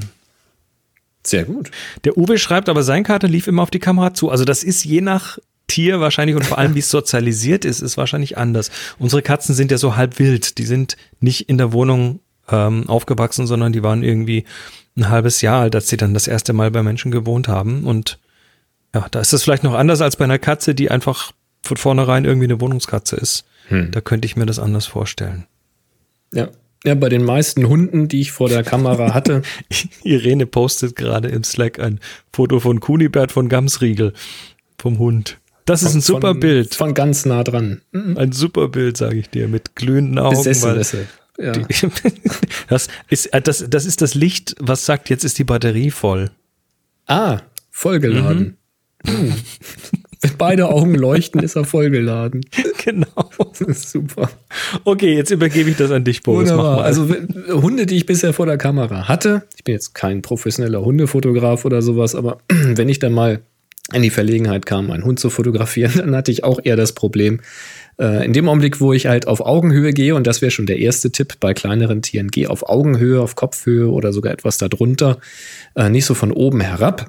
A: Sehr gut.
B: Der Uwe schreibt aber, sein Kater lief immer auf die Kamera zu. Also das ist je nach Tier wahrscheinlich und vor allem, wie es sozialisiert ist, ist wahrscheinlich anders. Unsere Katzen sind ja so halb wild. Die sind nicht in der Wohnung ähm, aufgewachsen, sondern die waren irgendwie ein halbes Jahr alt, als sie dann das erste Mal bei Menschen gewohnt haben. Und ja, da ist das vielleicht noch anders als bei einer Katze, die einfach von vornherein irgendwie eine Wohnungskatze ist. Hm. Da könnte ich mir das anders vorstellen.
A: Ja. Ja, bei den meisten Hunden, die ich vor der Kamera hatte.
B: Irene postet gerade im Slack ein Foto von Kunibert von Gamsriegel, vom Hund. Das ist ein super
A: von,
B: Bild.
A: Von ganz nah dran.
B: Ein super Bild, sage ich dir, mit glühenden Augen.
A: Besessen,
B: weil ja. die, das, ist, das, das ist das Licht, was sagt, jetzt ist die Batterie voll.
A: Ah, vollgeladen. Mhm. Hm. Wenn beide Augen leuchten, ist er vollgeladen.
B: Genau.
A: Das ist super.
B: Okay, jetzt übergebe ich das an dich, Boris. Mach mal.
A: Also Hunde, die ich bisher vor der Kamera hatte, ich bin jetzt kein professioneller Hundefotograf oder sowas, aber wenn ich dann mal in die Verlegenheit kam, einen Hund zu fotografieren, dann hatte ich auch eher das Problem, äh, in dem Augenblick, wo ich halt auf Augenhöhe gehe, und das wäre schon der erste Tipp bei kleineren Tieren, geh auf Augenhöhe, auf Kopfhöhe oder sogar etwas darunter, äh, nicht so von oben herab.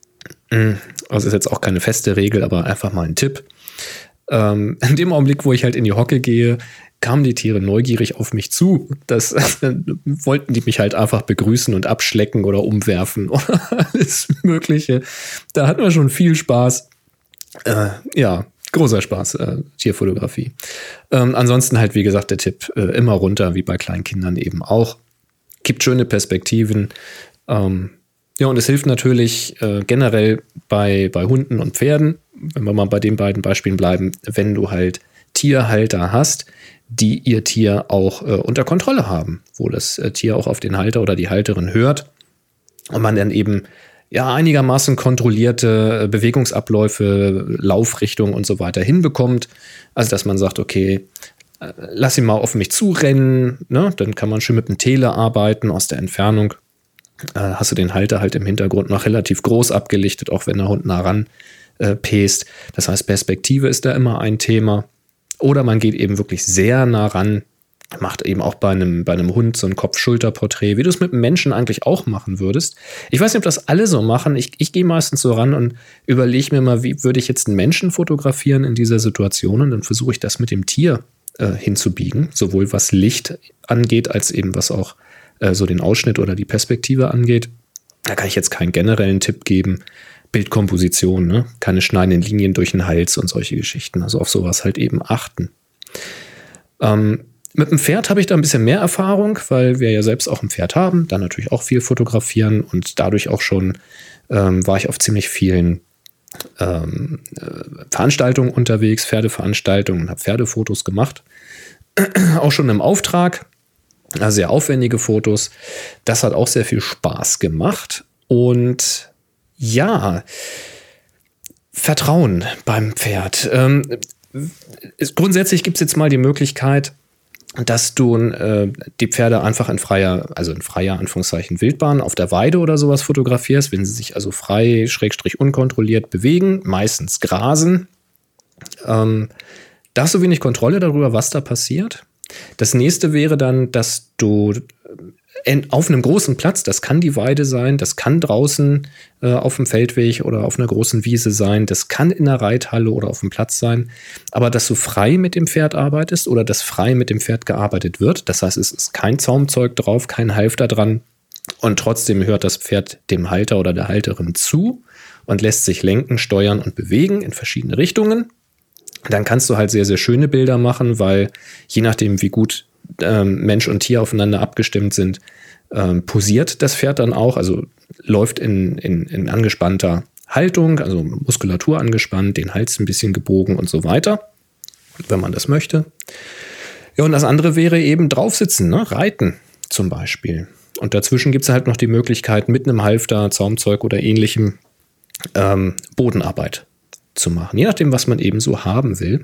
A: Also ist jetzt auch keine feste Regel, aber einfach mal ein Tipp. Ähm, in dem Augenblick, wo ich halt in die Hocke gehe, kamen die Tiere neugierig auf mich zu. Das äh, wollten die mich halt einfach begrüßen und abschlecken oder umwerfen oder alles Mögliche. Da hatten wir schon viel Spaß. Äh, ja, großer Spaß, äh, Tierfotografie. Ähm, ansonsten halt, wie gesagt, der Tipp, äh, immer runter, wie bei kleinen Kindern eben auch. Gibt schöne Perspektiven. Ähm, Ja, und es hilft natürlich äh, generell bei, bei Hunden und Pferden, wenn wir mal bei den beiden Beispielen bleiben, wenn du halt Tierhalter hast, die ihr Tier auch äh, unter Kontrolle haben, wo das äh, Tier auch auf den Halter oder die Halterin hört und man dann eben ja einigermaßen kontrollierte äh, Bewegungsabläufe, Laufrichtung und so weiter hinbekommt. Also dass man sagt, okay, äh, lass ihn mal auf mich zurennen, ne? Dann kann man schön mit dem Tele arbeiten aus der Entfernung. Hast du den Halter halt im Hintergrund noch relativ groß abgelichtet, auch wenn der Hund nah ran äh, pest. Das heißt, Perspektive ist da immer ein Thema. Oder man geht eben wirklich sehr nah ran, macht eben auch bei einem, bei einem Hund so ein Kopf-Schulter-Porträt, wie du es mit einem Menschen eigentlich auch machen würdest. Ich weiß nicht, ob das alle so machen. Ich, ich gehe meistens so ran und überlege mir mal, wie würde ich jetzt einen Menschen fotografieren in dieser Situation, und dann versuche ich das mit dem Tier äh, hinzubiegen, sowohl was Licht angeht, als eben was auch so den Ausschnitt oder die Perspektive angeht. Da kann ich jetzt keinen generellen Tipp geben. Bildkomposition, ne? Keine schneidenden Linien durch den Hals und solche Geschichten. Also auf sowas halt eben achten. Ähm, mit dem Pferd habe ich da ein bisschen mehr Erfahrung, weil wir ja selbst auch ein Pferd haben, dann natürlich auch viel fotografieren und dadurch auch schon ähm, war ich auf ziemlich vielen ähm, äh, Veranstaltungen unterwegs, Pferdeveranstaltungen, und habe Pferdefotos gemacht. Auch schon im Auftrag. Also sehr aufwendige Fotos. Das hat auch sehr viel Spaß gemacht. Und ja, Vertrauen beim Pferd. Ähm, es, grundsätzlich gibt es jetzt mal die Möglichkeit, dass du äh, die Pferde einfach in freier, also in freier Anführungszeichen Wildbahn auf der Weide oder sowas fotografierst, wenn sie sich also frei, schrägstrich unkontrolliert bewegen, meistens grasen. Ähm, da hast du wenig Kontrolle darüber, was da passiert. Das nächste wäre dann, dass du auf einem großen Platz, das kann die Weide sein, das kann draußen äh, auf dem Feldweg oder auf einer großen Wiese sein, das kann in der Reithalle oder auf dem Platz sein, aber dass du frei mit dem Pferd arbeitest oder dass frei mit dem Pferd gearbeitet wird, das heißt, es ist kein Zaumzeug drauf, kein Halfter dran und trotzdem hört das Pferd dem Halter oder der Halterin zu und lässt sich lenken, steuern und bewegen in verschiedene Richtungen. Dann kannst du halt sehr, sehr schöne Bilder machen, weil je nachdem, wie gut ähm, Mensch und Tier aufeinander abgestimmt sind, ähm, posiert das Pferd dann auch, also läuft in, in, in angespannter Haltung, also Muskulatur angespannt, den Hals ein bisschen gebogen und so weiter, wenn man das möchte. Ja, und das andere wäre eben draufsitzen, ne? Reiten zum Beispiel. Und dazwischen gibt es halt noch die Möglichkeit, mit einem Halfter, Zaumzeug oder ähnlichem ähm, Bodenarbeit zu machen, je nachdem, was man eben so haben will.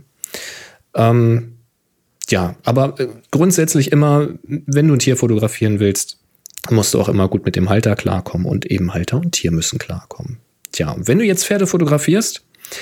A: Ähm, ja, aber äh, grundsätzlich immer, wenn du ein Tier fotografieren willst, musst du auch immer gut mit dem Halter klarkommen und eben Halter und Tier müssen klarkommen. Tja, wenn du jetzt Pferde fotografierst,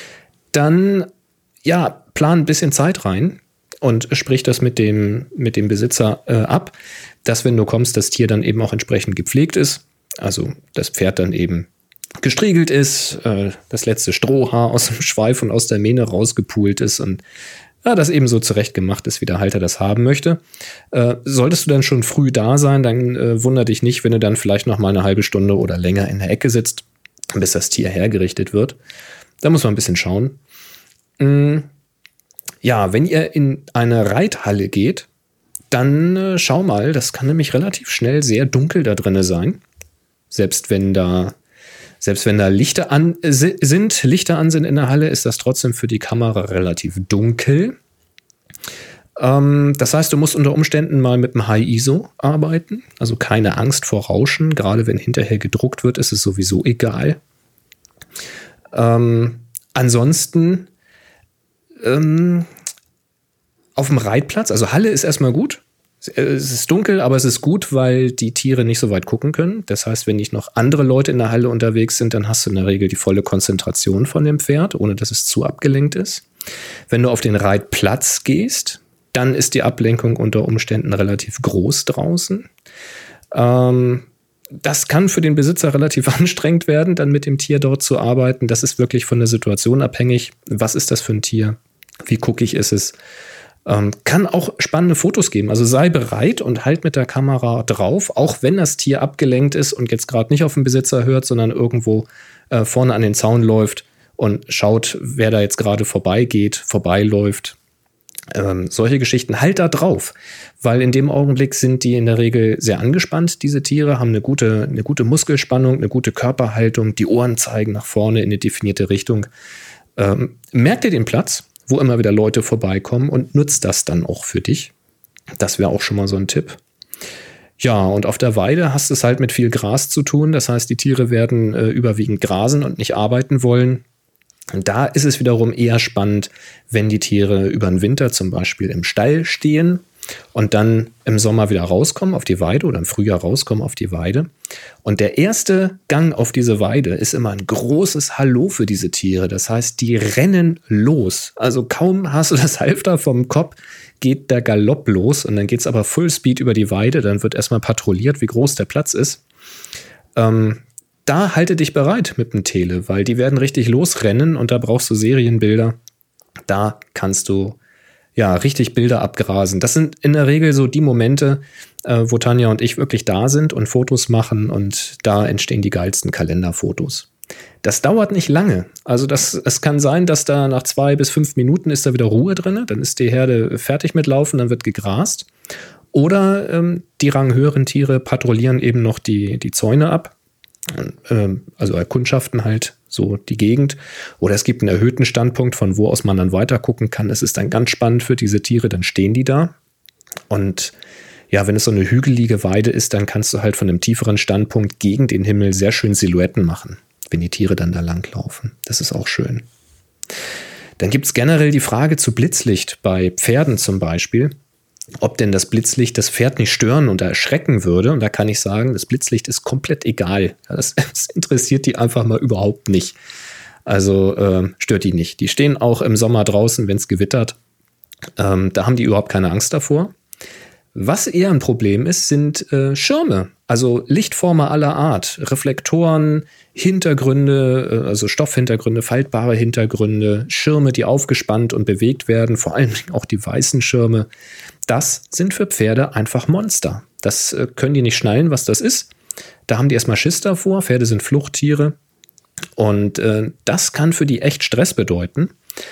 A: dann ja, plan ein bisschen Zeit rein und sprich das mit dem, mit dem Besitzer äh, ab, dass wenn du kommst, das Tier dann eben auch entsprechend gepflegt ist, also das Pferd dann eben gestriegelt ist, äh, das letzte Strohhaar aus dem Schweif und aus der Mähne rausgepult ist und ja, das eben so zurecht gemacht ist, wie der Halter das haben möchte. Äh, solltest du dann schon früh da sein, dann äh, wundere dich nicht, wenn du dann vielleicht noch mal eine halbe Stunde oder länger in der Ecke sitzt, bis das Tier hergerichtet wird. Da muss man ein bisschen schauen. Mm, ja, wenn ihr in eine Reithalle geht, dann äh, schau mal, das kann nämlich relativ schnell sehr dunkel da drin sein. Selbst wenn da Selbst wenn da Lichter an sind, Lichter an sind in der Halle, ist das trotzdem für die Kamera relativ dunkel. Ähm, das heißt, du musst unter Umständen mal mit dem High I S O arbeiten. Also keine Angst vor Rauschen. Gerade wenn hinterher gedruckt wird, ist es sowieso egal. Ähm, ansonsten ähm, auf dem Reitplatz, also Halle ist erstmal gut. Es ist dunkel, aber es ist gut, weil die Tiere nicht so weit gucken können. Das heißt, wenn nicht noch andere Leute in der Halle unterwegs sind, dann hast du in der Regel die volle Konzentration von dem Pferd, ohne dass es zu abgelenkt ist. Wenn du auf den Reitplatz gehst, dann ist die Ablenkung unter Umständen relativ groß draußen. Ähm, das kann für den Besitzer relativ anstrengend werden, dann mit dem Tier dort zu arbeiten. Das ist wirklich von der Situation abhängig. Was ist das für ein Tier? Wie guckig ist es? Ähm, kann auch spannende Fotos geben. Also sei bereit und halt mit der Kamera drauf, auch wenn das Tier abgelenkt ist und jetzt gerade nicht auf den Besitzer hört, sondern irgendwo äh, vorne an den Zaun läuft und schaut, wer da jetzt gerade vorbeigeht, vorbeiläuft. Ähm, solche Geschichten, halt da drauf, weil in dem Augenblick sind die in der Regel sehr angespannt, diese Tiere, haben eine gute, eine gute Muskelspannung, eine gute Körperhaltung, die Ohren zeigen nach vorne in eine definierte Richtung. Ähm, merkt ihr den Platz, wo immer wieder Leute vorbeikommen und nutzt das dann auch für dich. Das wäre auch schon mal so ein Tipp. Ja, und auf der Weide hast du es halt mit viel Gras zu tun. Das heißt, die Tiere werden äh, überwiegend grasen und nicht arbeiten wollen. Und da ist es wiederum eher spannend, wenn die Tiere über den Winter zum Beispiel im Stall stehen und dann im Sommer wieder rauskommen auf die Weide oder im Frühjahr rauskommen auf die Weide. Und der erste Gang auf diese Weide ist immer ein großes Hallo für diese Tiere. Das heißt, die rennen los. Also kaum hast du das Halfter vom Kopf, geht der Galopp los und dann geht es aber Fullspeed über die Weide. Dann wird erstmal patrouilliert, wie groß der Platz ist. Ähm, da halte dich bereit mit dem Tele, weil die werden richtig losrennen und da brauchst du Serienbilder. Da kannst du ja richtig Bilder abgrasen. Das sind in der Regel so die Momente, äh, wo Tanja und ich wirklich da sind und Fotos machen und da entstehen die geilsten Kalenderfotos. Das dauert nicht lange. Also das, es kann sein, dass da nach zwei bis fünf Minuten ist da wieder Ruhe drin. Dann ist die Herde fertig mit Laufen, dann wird gegrast. Oder ähm, die ranghöheren Tiere patrouillieren eben noch die, die Zäune ab. Ähm, also erkundschaften halt so die Gegend. Oder es gibt einen erhöhten Standpunkt, von wo aus man dann weiter gucken kann. Es ist dann ganz spannend für diese Tiere, dann stehen die da. Und ja, wenn es so eine hügelige Weide ist, dann kannst du halt von einem tieferen Standpunkt gegen den Himmel sehr schön Silhouetten machen, wenn die Tiere dann da langlaufen. Das ist auch schön. Dann gibt es generell die Frage zu Blitzlicht bei Pferden zum Beispiel, ob denn das Blitzlicht das Pferd nicht stören und erschrecken würde. Und da kann ich sagen, das Blitzlicht ist komplett egal. Das, das interessiert die einfach mal überhaupt nicht. Also äh, stört die nicht. Die stehen auch im Sommer draußen, wenn es gewittert. Ähm, da haben die überhaupt keine Angst davor. Was eher ein Problem ist, sind äh, Schirme. Also Lichtformer aller Art. Reflektoren, Hintergründe, äh, also Stoffhintergründe, faltbare Hintergründe, Schirme, die aufgespannt und bewegt werden. Vor allem auch die weißen Schirme. Das sind für Pferde einfach Monster. Das äh, können die nicht schnallen, was das ist. Da haben die erstmal Schiss davor. Pferde sind Fluchttiere. Und äh, das kann für die echt Stress bedeuten.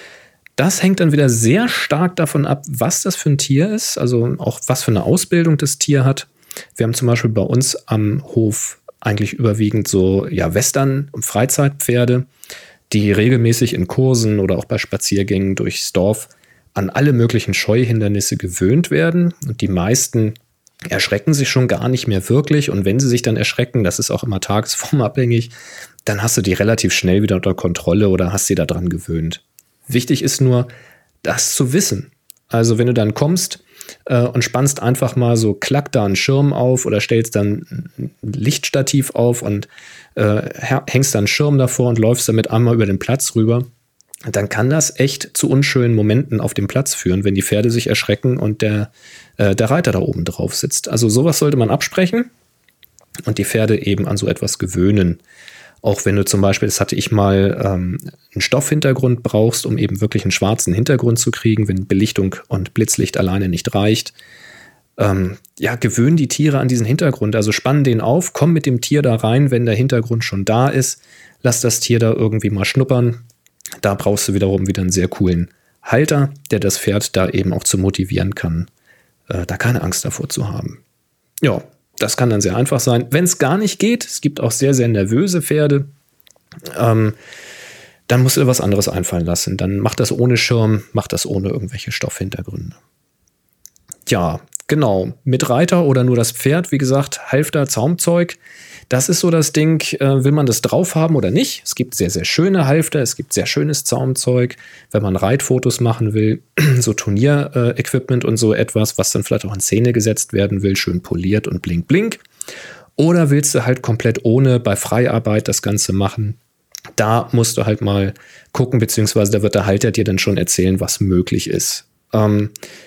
A: Das hängt dann wieder sehr stark davon ab, was das für ein Tier ist, also auch was für eine Ausbildung das Tier hat. Wir haben zum Beispiel bei uns am Hof eigentlich überwiegend so ja, Western- und Freizeitpferde, die regelmäßig in Kursen oder auch bei Spaziergängen durchs Dorf an alle möglichen Scheuhindernisse gewöhnt werden. Und die meisten erschrecken sich schon gar nicht mehr wirklich. Und wenn sie sich dann erschrecken, das ist auch immer tagesformabhängig, dann hast du die relativ schnell wieder unter Kontrolle oder hast sie daran gewöhnt. Wichtig ist nur, das zu wissen. Also wenn du dann kommst äh, und spannst einfach mal so klack da einen Schirm auf oder stellst dann ein Lichtstativ auf und äh, hängst dann einen Schirm davor und läufst damit einmal über den Platz rüber, dann kann das echt zu unschönen Momenten auf dem Platz führen, wenn die Pferde sich erschrecken und der, äh, der Reiter da oben drauf sitzt. Also sowas sollte man absprechen und die Pferde eben an so etwas gewöhnen. Auch wenn du zum Beispiel, das hatte ich mal, ähm, einen Stoffhintergrund brauchst, um eben wirklich einen schwarzen Hintergrund zu kriegen, wenn Belichtung und Blitzlicht alleine nicht reicht. Ähm, ja, gewöhnen die Tiere an diesen Hintergrund. Also spann den auf, komm mit dem Tier da rein, wenn der Hintergrund schon da ist. Lass das Tier da irgendwie mal schnuppern. Da brauchst du wiederum wieder einen sehr coolen Halter, der das Pferd da eben auch zu motivieren kann, äh, da keine Angst davor zu haben. Ja. Das kann dann sehr einfach sein. Wenn es gar nicht geht, es gibt auch sehr, sehr nervöse Pferde, ähm, dann musst du dir was anderes einfallen lassen. Dann mach das ohne Schirm, mach das ohne irgendwelche Stoffhintergründe. Ja, genau. Mit Reiter oder nur das Pferd, wie gesagt, Halfter, Zaumzeug. Das ist so das Ding, äh, will man das drauf haben oder nicht? Es gibt sehr, sehr schöne Halfter, es gibt sehr schönes Zaumzeug. Wenn man Reitfotos machen will, so Turnierequipment und so etwas, was dann vielleicht auch in Szene gesetzt werden will, schön poliert und blink, blink. Oder willst du halt komplett ohne bei Freiarbeit das Ganze machen? Da musst du halt mal gucken, beziehungsweise da wird der Halter dir dann schon erzählen, was möglich ist. Ähm,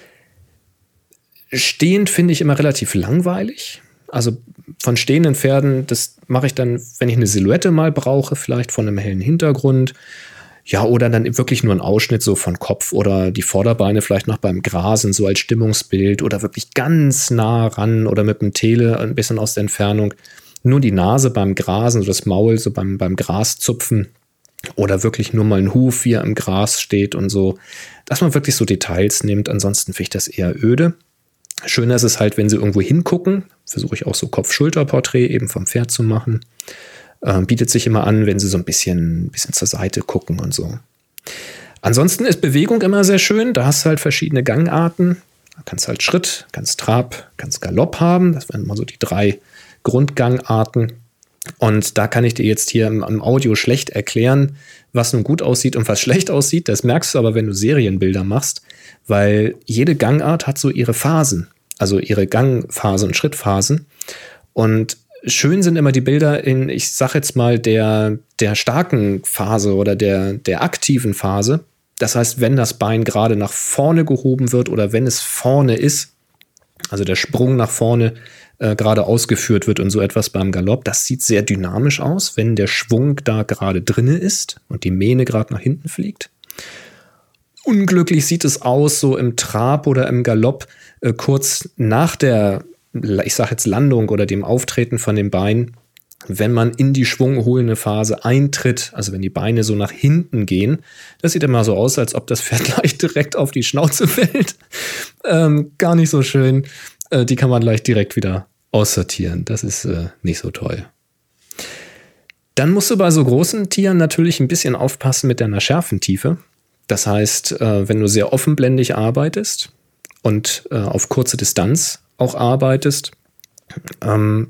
A: stehend finde ich immer relativ langweilig. Also von stehenden Pferden, das mache ich dann, wenn ich eine Silhouette mal brauche, vielleicht von einem hellen Hintergrund. Ja, oder dann wirklich nur einen Ausschnitt so von Kopf oder die Vorderbeine vielleicht noch beim Grasen, so als Stimmungsbild oder wirklich ganz nah ran oder mit dem Tele ein bisschen aus der Entfernung. Nur die Nase beim Grasen, so das Maul so beim, beim Graszupfen oder wirklich nur mal ein Huf, wie er im Gras steht und so. Dass man wirklich so Details nimmt, ansonsten finde ich das eher öde. Schöner ist es halt, wenn sie irgendwo hingucken. Versuche ich auch so Kopf-Schulter-Porträt eben vom Pferd zu machen. Ähm, bietet sich immer an, wenn sie so ein bisschen, bisschen zur Seite gucken und so. Ansonsten ist Bewegung immer sehr schön. Da hast du halt verschiedene Gangarten. Da kannst halt Schritt, kannst Trab, kannst Galopp haben. Das wären immer so die drei Grundgangarten. Und da kann ich dir jetzt hier im, im Audio schlecht erklären, was nun gut aussieht und was schlecht aussieht. Das merkst du aber, wenn du Serienbilder machst, weil jede Gangart hat so ihre Phasen, also ihre Gangphasen und Schrittphasen. Und schön sind immer die Bilder in, ich sag jetzt mal, der, der starken Phase oder der, der aktiven Phase. Das heißt, wenn das Bein gerade nach vorne gehoben wird oder wenn es vorne ist, also der Sprung nach vorne äh, gerade ausgeführt wird und so etwas beim Galopp, das sieht sehr dynamisch aus, wenn der Schwung da gerade drinne ist und die Mähne gerade nach hinten fliegt. Unglücklich sieht es aus, so im Trab oder im Galopp, äh, kurz nach der, ich sag jetzt Landung oder dem Auftreten von dem Bein, wenn man in die schwungholende Phase eintritt, also wenn die Beine so nach hinten gehen. Das sieht immer so aus, als ob das Pferd gleich direkt auf die Schnauze fällt. Ähm, gar nicht so schön. Äh, die kann man gleich direkt wieder aussortieren. Das ist äh, nicht so toll. Dann musst du bei so großen Tieren natürlich ein bisschen aufpassen mit deiner Schärfentiefe. Das heißt, äh, wenn du sehr offenblendig arbeitest und äh, auf kurze Distanz auch arbeitest, ähm,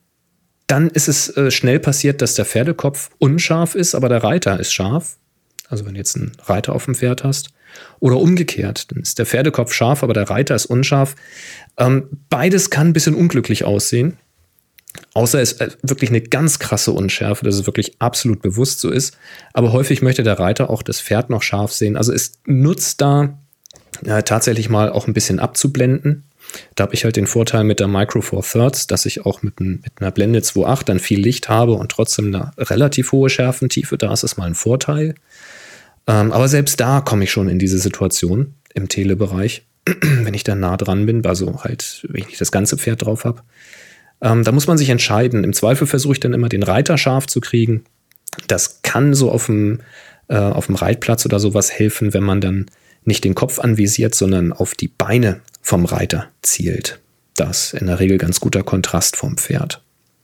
A: dann ist es äh, schnell passiert, dass der Pferdekopf unscharf ist, aber der Reiter ist scharf. also wenn du jetzt einen Reiter auf dem Pferd hast, oder umgekehrt, dann ist der Pferdekopf scharf, aber der Reiter ist unscharf. Ähm, beides kann ein bisschen unglücklich aussehen, außer es ist wirklich eine ganz krasse Unschärfe, dass es wirklich absolut bewusst so ist. Aber häufig möchte der Reiter auch das Pferd noch scharf sehen. Also es nutzt da äh, tatsächlich mal auch ein bisschen abzublenden. Da habe ich halt den Vorteil mit der Micro Four Thirds, dass ich auch mit, ein, mit einer Blende zwei Komma acht dann viel Licht habe und trotzdem eine relativ hohe Schärfentiefe. Da ist es mal ein Vorteil. Ähm, aber selbst da komme ich schon in diese Situation im Telebereich, wenn ich da nah dran bin, also halt, wenn ich nicht das ganze Pferd drauf habe. Ähm, da muss man sich entscheiden. Im Zweifel versuche ich dann immer, den Reiter scharf zu kriegen. Das kann so auf dem, äh, auf dem Reitplatz oder sowas helfen, wenn man dann nicht den Kopf anvisiert, sondern auf die Beine vom Reiter zielt. Das ist in der Regel ganz guter Kontrast vom Pferd.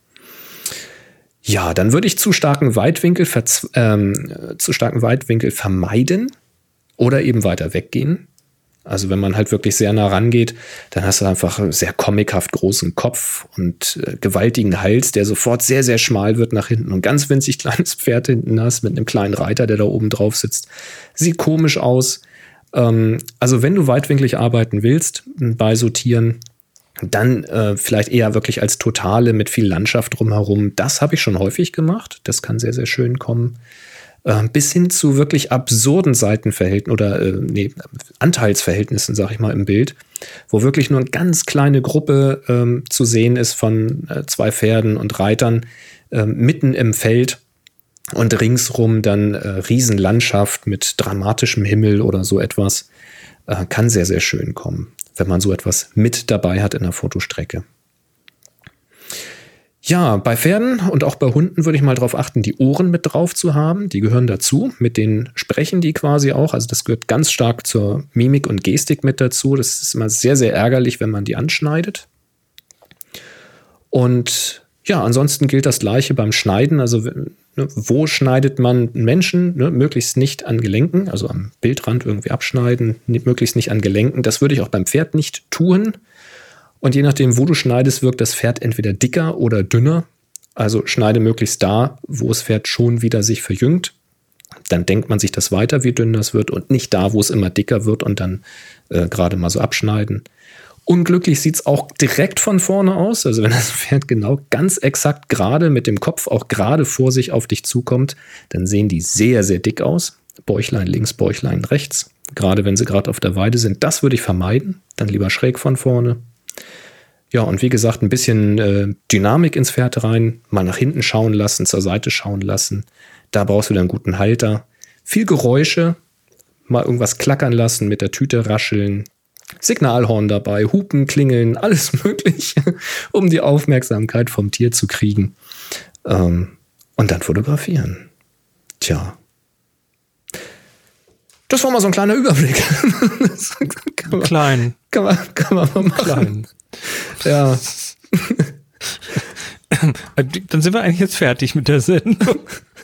A: Ja, dann würde ich zu starken Weitwinkel, ähm, zu starken Weitwinkel vermeiden oder eben weiter weggehen. Also wenn man halt wirklich sehr nah rangeht, dann hast du einfach einen sehr comichaft großen Kopf und äh, gewaltigen Hals, der sofort sehr, sehr schmal wird nach hinten und ganz winzig kleines Pferd hinten hast mit einem kleinen Reiter, der da oben drauf sitzt. Sieht komisch aus. Ähm, also wenn du weitwinklig arbeiten willst bei so Tieren, dann äh, vielleicht eher wirklich als Totale mit viel Landschaft drumherum. Das habe ich schon häufig gemacht. Das kann sehr, sehr schön kommen. Äh, bis hin zu wirklich absurden Seitenverhältnissen oder äh, nee, Anteilsverhältnissen, sag ich mal, im Bild, wo wirklich nur eine ganz kleine Gruppe ähm, zu sehen ist von äh, zwei Pferden und Reitern äh, mitten im Feld und ringsrum dann äh, Riesenlandschaft mit dramatischem Himmel oder so etwas. Äh, kann sehr, sehr schön kommen, wenn man so etwas mit dabei hat in der Fotostrecke. Ja, bei Pferden und auch bei Hunden würde ich mal darauf achten, die Ohren mit drauf zu haben. Die gehören dazu. Mit denen sprechen die quasi auch. Also das gehört ganz stark zur Mimik und Gestik mit dazu. Das ist immer sehr, sehr ärgerlich, wenn man die anschneidet. Und ja, ansonsten gilt das Gleiche beim Schneiden. Also ne, wo schneidet man Menschen? Ne, möglichst nicht an Gelenken, also am Bildrand irgendwie abschneiden, nicht, möglichst nicht an Gelenken. Das würde ich auch beim Pferd nicht tun. Und je nachdem, wo du schneidest, wirkt das Pferd entweder dicker oder dünner. Also schneide möglichst da, wo das Pferd schon wieder sich verjüngt. Dann denkt man sich das weiter, wie dünn das wird und nicht da, wo es immer dicker wird und dann äh, gerade mal so abschneiden. Unglücklich sieht es auch direkt von vorne aus. Also wenn das Pferd genau ganz exakt gerade mit dem Kopf auch gerade vor sich auf dich zukommt, dann sehen die sehr, sehr dick aus. Bäuchlein links, Bäuchlein rechts. Gerade wenn sie gerade auf der Weide sind. Das würde ich vermeiden. Dann lieber schräg von vorne. Ja, und wie gesagt, ein bisschen äh, Dynamik ins Pferd rein, mal nach hinten schauen lassen, zur Seite schauen lassen. Da brauchst du dann einen guten Halter. Viel Geräusche, mal irgendwas klackern lassen, mit der Tüte rascheln, Signalhorn dabei, Hupen, Klingeln, alles Mögliche, um die Aufmerksamkeit vom Tier zu kriegen. Ähm, und dann fotografieren. Tja. Das war mal so ein kleiner Überblick. kann man,
B: Klein.
A: Kann man, kann man mal machen. Klein. Ja.
B: Dann sind wir eigentlich jetzt fertig mit der Sendung.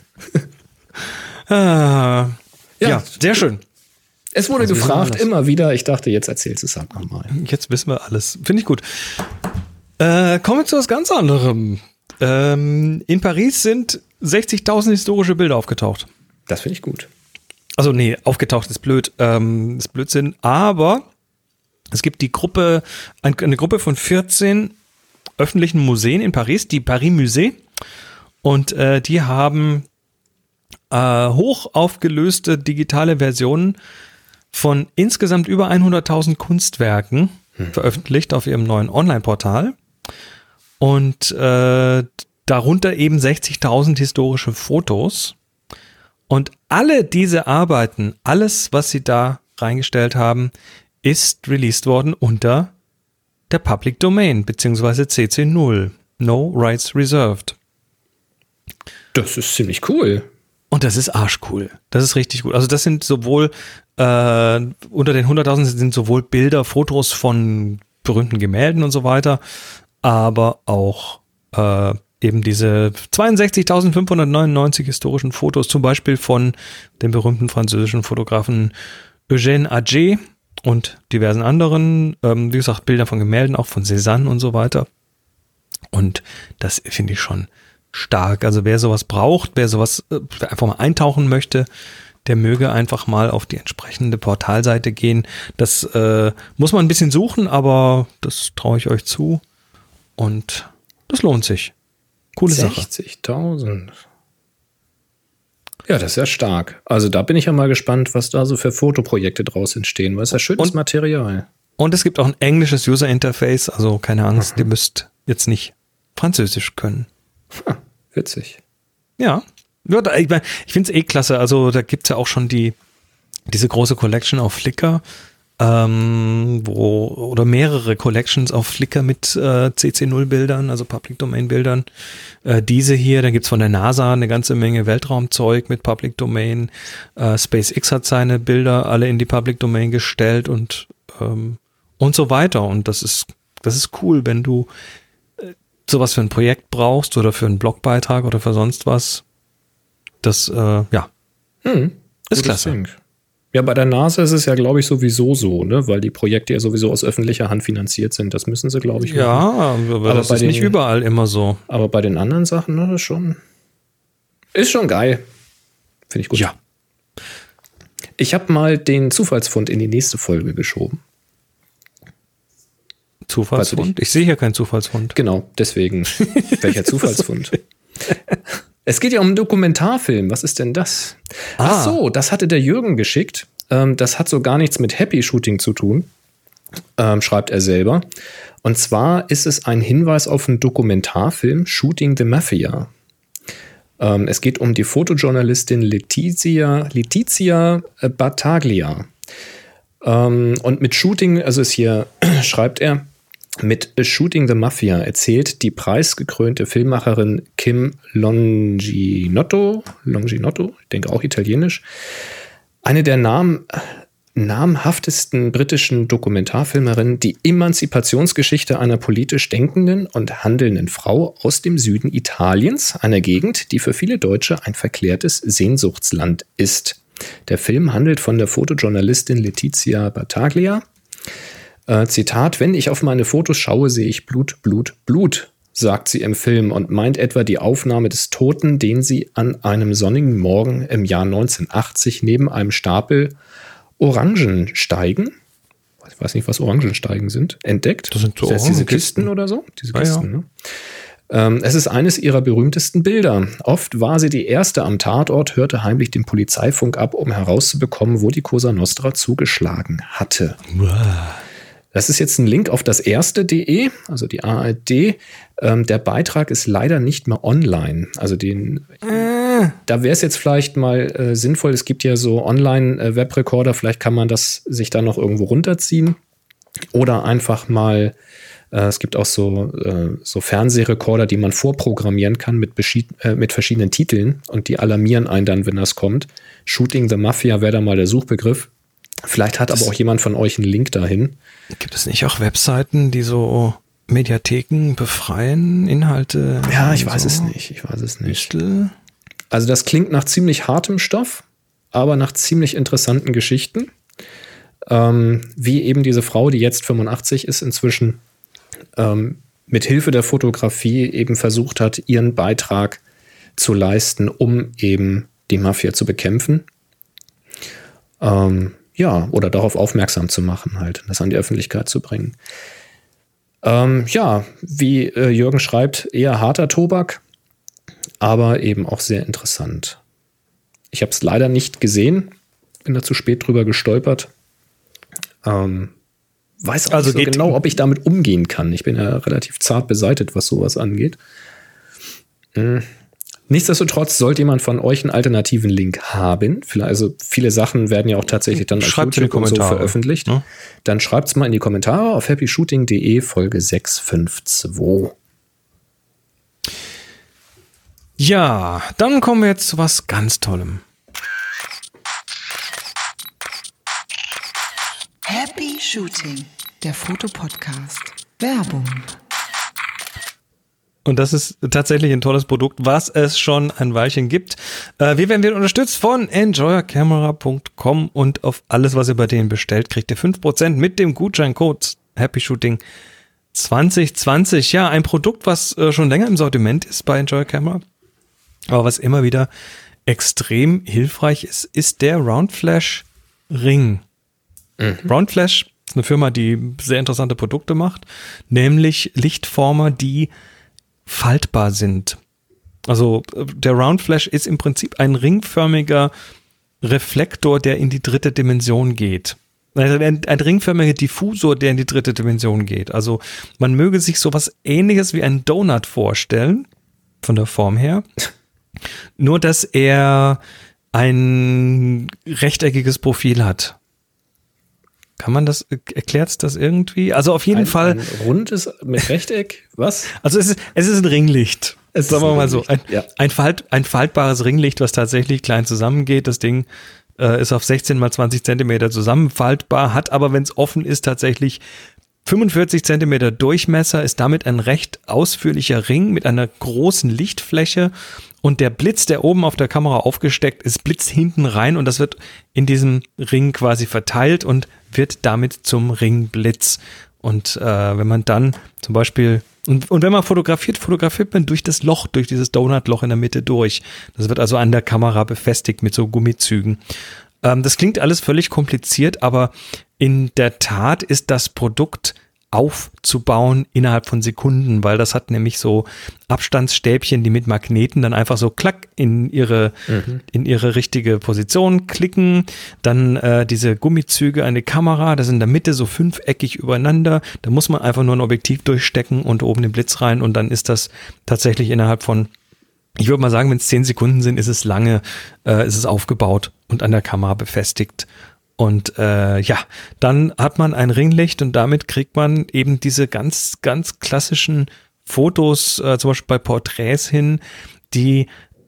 B: ah, ja, ja, sehr schön.
A: Es wurde also gefragt, immer wieder. Ich dachte, jetzt erzählst du es halt nochmal.
B: Jetzt wissen wir alles. Finde ich gut. Äh, kommen wir zu was ganz anderem. Ähm, in Paris sind sechzigtausend historische Bilder aufgetaucht.
A: Das finde ich gut.
B: Also nee, aufgetaucht ist blöd, ähm, ist Blödsinn, aber es gibt die Gruppe, eine Gruppe von vierzehn öffentlichen Museen in Paris, die Paris Musée, und äh, die haben äh, hoch aufgelöste digitale Versionen von insgesamt über hunderttausend Kunstwerken hm. veröffentlicht auf ihrem neuen Online-Portal und äh, darunter eben sechzigtausend historische Fotos. Und alle diese Arbeiten, alles, was sie da reingestellt haben, ist released worden unter der Public Domain, beziehungsweise C C null. No Rights Reserved.
A: Das ist ziemlich cool.
B: Und das ist arschcool. Das ist richtig gut. Also das sind sowohl, äh, unter den hunderttausend sind sowohl Bilder, Fotos von berühmten Gemälden und so weiter, aber auch äh, eben diese zweiundsechzigtausendfünfhundertneunundneunzig historischen Fotos, zum Beispiel von dem berühmten französischen Fotografen Eugène Atget und diversen anderen, ähm, wie gesagt, Bilder von Gemälden, auch von Cézanne und so weiter. Und das finde ich schon stark. Also wer sowas braucht, wer sowas äh, einfach mal eintauchen möchte, der möge einfach mal auf die entsprechende Portalseite gehen. Das äh, muss man ein bisschen suchen, aber das traue ich euch zu. Und das lohnt sich. Coole Sache.
A: sechzigtausend. Ja, das ist ja stark. Also da bin ich ja mal gespannt, was da so für Fotoprojekte draus entstehen, weil es ja schönes
B: Und,
A: Material.
B: Und es gibt auch ein englisches User-Interface, also keine Angst, mhm. ihr müsst jetzt nicht Französisch können.
A: Ha, witzig.
B: Ja, ich, mein, ich finde es eh klasse. Also da gibt es ja auch schon die diese große Collection auf Flickr, ähm, wo oder mehrere Collections auf Flickr mit äh, C C null Bildern, also Public Domain Bildern. Äh, diese hier, da gibt's von der NASA eine ganze Menge Weltraumzeug mit Public Domain. Äh, SpaceX hat seine Bilder alle in die Public Domain gestellt und ähm, und so weiter. Und das ist das ist cool, wenn du äh, sowas für ein Projekt brauchst oder für einen Blogbeitrag oder für sonst was. Das, äh, ja,
A: hm,
B: ist klasse.
A: Ding. Ja, bei der NASA ist es ja, glaube ich, sowieso so, ne, weil die Projekte ja sowieso aus öffentlicher Hand finanziert sind. Das müssen sie, glaube ich, machen.
B: Ja, aber, aber das ist den, nicht überall immer so.
A: Aber bei den anderen Sachen, ne, das ist schon, ist schon geil. Finde ich gut.
B: Ja.
A: Ich habe mal den Zufallsfund in die nächste Folge geschoben.
B: Zufallsfund? Ich sehe hier keinen Zufallsfund.
A: Genau, deswegen. Welcher Zufallsfund? Es geht ja um einen Dokumentarfilm. Was ist denn das? Ah. Ach so, das hatte der Jürgen geschickt. Ähm, das hat so gar nichts mit Happy Shooting zu tun, ähm, schreibt er selber. Und zwar ist es ein Hinweis auf einen Dokumentarfilm, Shooting the Mafia. Ähm, es geht um die Fotojournalistin Letizia, Letizia Battaglia. Ähm, und mit Shooting, also ist hier, schreibt er, mit Shooting the Mafia erzählt die preisgekrönte Filmmacherin Kim Longinotto, Longinotto, ich denke auch italienisch, eine der nam- namhaftesten britischen Dokumentarfilmerinnen, die Emanzipationsgeschichte einer politisch denkenden und handelnden Frau aus dem Süden Italiens, einer Gegend, die für viele Deutsche ein verklärtes Sehnsuchtsland ist. Der Film handelt von der Fotojournalistin Letizia Battaglia. Äh, Zitat, wenn ich auf meine Fotos schaue, sehe ich Blut, Blut, Blut, sagt sie im Film und meint etwa die Aufnahme des Toten, den sie an einem sonnigen Morgen im Jahr neunzehnhundertachtzig neben einem Stapel Orangensteigen, ich weiß nicht, was Orangensteigen sind, entdeckt.
B: Das sind so
A: das heißt, diese Kisten oder so? Diese Kisten,
B: ja, ja.
A: Ne? Ähm, es ist eines ihrer berühmtesten Bilder. Oft war sie die Erste am Tatort, hörte heimlich den Polizeifunk ab, um herauszubekommen, wo die Cosa Nostra zugeschlagen hatte.
B: Wow.
A: Das ist jetzt ein Link auf das erste punkt de, also die A R D. Ähm, der Beitrag ist leider nicht mehr online. Also den, äh. da wäre es jetzt vielleicht mal äh, sinnvoll, es gibt ja so Online-Webrecorder, vielleicht kann man das sich da noch irgendwo runterziehen. Oder einfach mal, äh, es gibt auch so, äh, so Fernsehrekorder, die man vorprogrammieren kann mit, beschied- äh, mit verschiedenen Titeln und die alarmieren einen dann, wenn das kommt. Shooting the Mafia wäre da mal der Suchbegriff. Vielleicht hat das aber auch jemand von euch einen Link dahin.
B: Gibt es nicht auch Webseiten, die so Mediatheken befreien, Inhalte?
A: Ja, ich weiß
B: so?
A: es nicht. Ich weiß es nicht.
B: Wüstel?
A: Also das klingt nach ziemlich hartem Stoff, aber nach ziemlich interessanten Geschichten. Ähm, wie eben diese Frau, die jetzt fünfundachtzig ist inzwischen, ähm, mit Hilfe der Fotografie eben versucht hat, ihren Beitrag zu leisten, um eben die Mafia zu bekämpfen. Ähm, ja, oder darauf aufmerksam zu machen, halt, das an die Öffentlichkeit zu bringen. Ähm, ja, wie äh, Jürgen schreibt, eher harter Tobak, aber eben auch sehr interessant. Ich habe es leider nicht gesehen, bin da zu spät drüber gestolpert. Ähm, weiß auch
B: also
A: nicht so genau, ob ich damit umgehen kann. Ich bin ja relativ zart beseitet, was sowas angeht. Hm. Nichtsdestotrotz sollte jemand von euch einen alternativen Link haben. Also viele Sachen werden ja auch tatsächlich dann als
B: Schreibt YouTube und so
A: veröffentlicht.
B: Ne?
A: Dann schreibt es mal in die Kommentare auf happy shooting punkt de Folge sechs fünf zwei.
B: Ja, dann kommen wir jetzt zu was ganz Tollem.
D: Happy Shooting, der Fotopodcast. Werbung.
B: Und das ist tatsächlich ein tolles Produkt, was es schon ein Weilchen gibt. Äh, wir werden wieder unterstützt von enjoyer camera punkt com und auf alles, was ihr bei denen bestellt, kriegt ihr fünf Prozent mit dem Gutscheincode Happy Shooting zwanzig zwanzig. Ja, ein Produkt, was äh, schon länger im Sortiment ist bei Enjoyer Camera, aber was immer wieder extrem hilfreich ist, ist der Roundflash Ring. Mhm. Roundflash ist eine Firma, die sehr interessante Produkte macht, nämlich Lichtformer, die faltbar sind. Also der Roundflash ist im Prinzip ein ringförmiger Reflektor, der in die dritte Dimension geht. Ein, ein ringförmiger Diffusor, der in die dritte Dimension geht. Also man möge sich sowas Ähnliches wie einen Donut vorstellen, von der Form her. Nur, dass er ein rechteckiges Profil hat. Kann man das, erklärt das irgendwie? Also auf jeden
A: ein,
B: Fall.
A: Ein rundes mit Rechteck, was?
B: Also es ist, es ist ein Ringlicht.
A: Es
B: Sagen wir mal so. Ein,
A: ja.
B: ein, Falt, ein faltbares Ringlicht, was tatsächlich klein zusammengeht. Das Ding äh, ist auf sechzehn mal zwanzig Zentimeter zusammenfaltbar, hat aber, wenn es offen ist, tatsächlich fünfundvierzig Zentimeter Durchmesser, ist damit ein recht ausführlicher Ring mit einer großen Lichtfläche. Und der Blitz, der oben auf der Kamera aufgesteckt ist, blitzt hinten rein und das wird in diesem Ring quasi verteilt und wird damit zum Ringblitz. Und äh, wenn man dann zum Beispiel, und, und wenn man fotografiert, fotografiert man durch das Loch, durch dieses Donutloch in der Mitte durch. Das wird also an der Kamera befestigt mit so Gummizügen. Ähm, das klingt alles völlig kompliziert, aber in der Tat ist das Produkt aufzubauen innerhalb von Sekunden, weil das hat nämlich so Abstandsstäbchen, die mit Magneten dann einfach so klack in ihre, mhm. in ihre richtige Position klicken. Dann äh, diese Gummizüge, eine Kamera, das sind in der Mitte so fünfeckig übereinander. Da muss man einfach nur ein Objektiv durchstecken und oben den Blitz rein und dann ist das tatsächlich innerhalb von, ich würde mal sagen, wenn es zehn Sekunden sind, ist es lange, äh, ist es aufgebaut und an der Kamera befestigt. Und äh, ja, dann hat man ein Ringlicht und damit kriegt man eben diese ganz, ganz klassischen Fotos, äh, zum Beispiel bei Porträts hin, die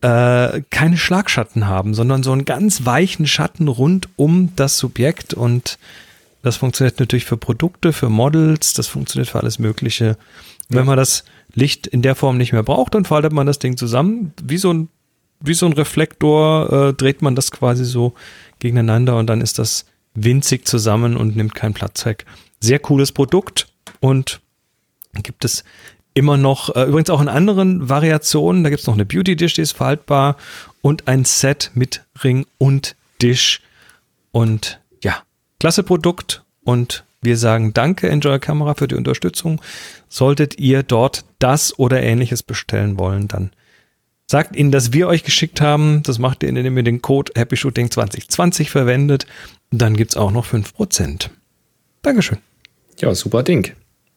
B: äh, keine Schlagschatten haben, sondern so einen ganz weichen Schatten rund um das Subjekt. Und das funktioniert natürlich für Produkte, für Models, das funktioniert für alles Mögliche. Und wenn man das Licht in der Form nicht mehr braucht, dann faltet man das Ding zusammen, wie so ein, wie so ein Reflektor, äh, dreht man das quasi so gegeneinander und dann ist das winzig zusammen und nimmt keinen Platz weg. Sehr cooles Produkt und gibt es immer noch, äh, übrigens auch in anderen Variationen, da gibt es noch eine Beauty Dish, die ist faltbar und ein Set mit Ring und Dish und ja, klasse Produkt und wir sagen danke Enjoy Camera für die Unterstützung. Solltet ihr dort das oder Ähnliches bestellen wollen, dann sagt ihnen, dass wir euch geschickt haben. Das macht ihr, indem ihr den Code Happy Shooting zwanzig zwanzig verwendet. Und dann gibt es auch noch fünf Prozent. Dankeschön.
A: Ja, super Ding.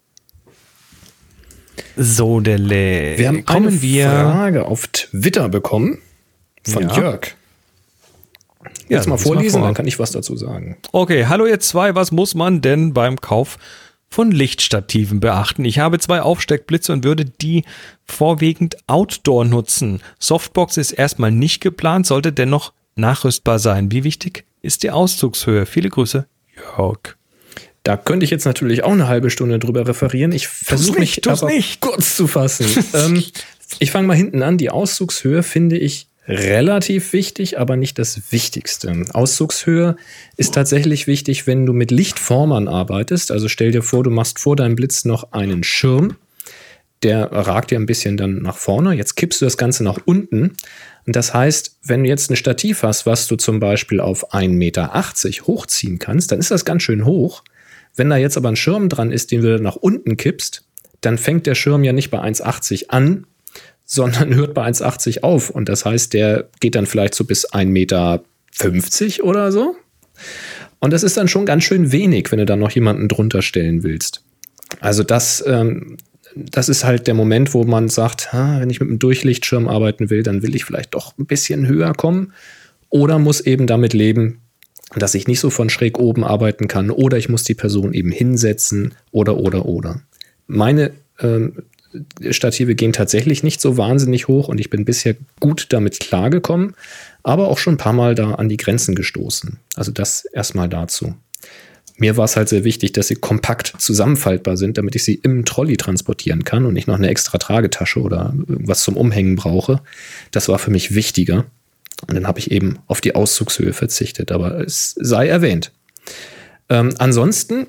B: So, Dele.
A: Wir haben
B: Kommen
A: eine
B: wir
A: Frage auf Twitter bekommen von
B: ja.
A: Jörg.
B: Ja,
A: Jetzt mal vorlesen,
B: mal vor.
A: Dann kann ich was dazu sagen.
B: Okay, hallo ihr zwei. Was muss man denn beim Kauf von Lichtstativen beachten? Ich habe zwei Aufsteckblitze und würde die vorwiegend Outdoor nutzen. Softbox ist erstmal nicht geplant, sollte dennoch nachrüstbar sein. Wie wichtig ist die Auszugshöhe? Viele Grüße, Jörg.
A: Da könnte ich jetzt natürlich auch eine halbe Stunde drüber referieren. Ich versuche mich aber
B: nicht.
A: kurz zu fassen. ähm, ich fange mal hinten an. Die Auszugshöhe finde ich relativ wichtig, aber nicht das Wichtigste. Auszugshöhe ist tatsächlich wichtig, wenn du mit Lichtformern arbeitest. Also stell dir vor, du machst vor deinem Blitz noch einen Schirm. Der ragt dir ein bisschen dann nach vorne. Jetzt kippst du das Ganze nach unten. Und das heißt, wenn du jetzt ein Stativ hast, was du zum Beispiel auf ein Meter achtzig hochziehen kannst, dann ist das ganz schön hoch. Wenn da jetzt aber ein Schirm dran ist, den du nach unten kippst, dann fängt der Schirm ja nicht bei eins achtzig an, sondern hört bei eins achtzig auf. Und das heißt, der geht dann vielleicht so bis ein Meter fünfzig oder so. Und das ist dann schon ganz schön wenig, wenn du dann noch jemanden drunter stellen willst. Also das, ähm, das ist halt der Moment, wo man sagt, ha, wenn ich mit einem Durchlichtschirm arbeiten will, dann will ich vielleicht doch ein bisschen höher kommen. Oder muss eben damit leben, dass ich nicht so von schräg oben arbeiten kann. Oder ich muss die Person eben hinsetzen. Oder, oder, oder. Meine ähm, Stative gehen tatsächlich nicht so wahnsinnig hoch und ich bin bisher gut damit klargekommen, aber auch schon ein paar Mal da an die Grenzen gestoßen. Also das erstmal dazu. Mir war es halt sehr wichtig, dass sie kompakt zusammenfaltbar sind, damit ich sie im Trolley transportieren kann und nicht noch eine extra Tragetasche oder irgendwas zum Umhängen brauche. Das war für mich wichtiger. Und dann habe ich eben auf die Auszugshöhe verzichtet, aber es sei erwähnt. Ähm, ansonsten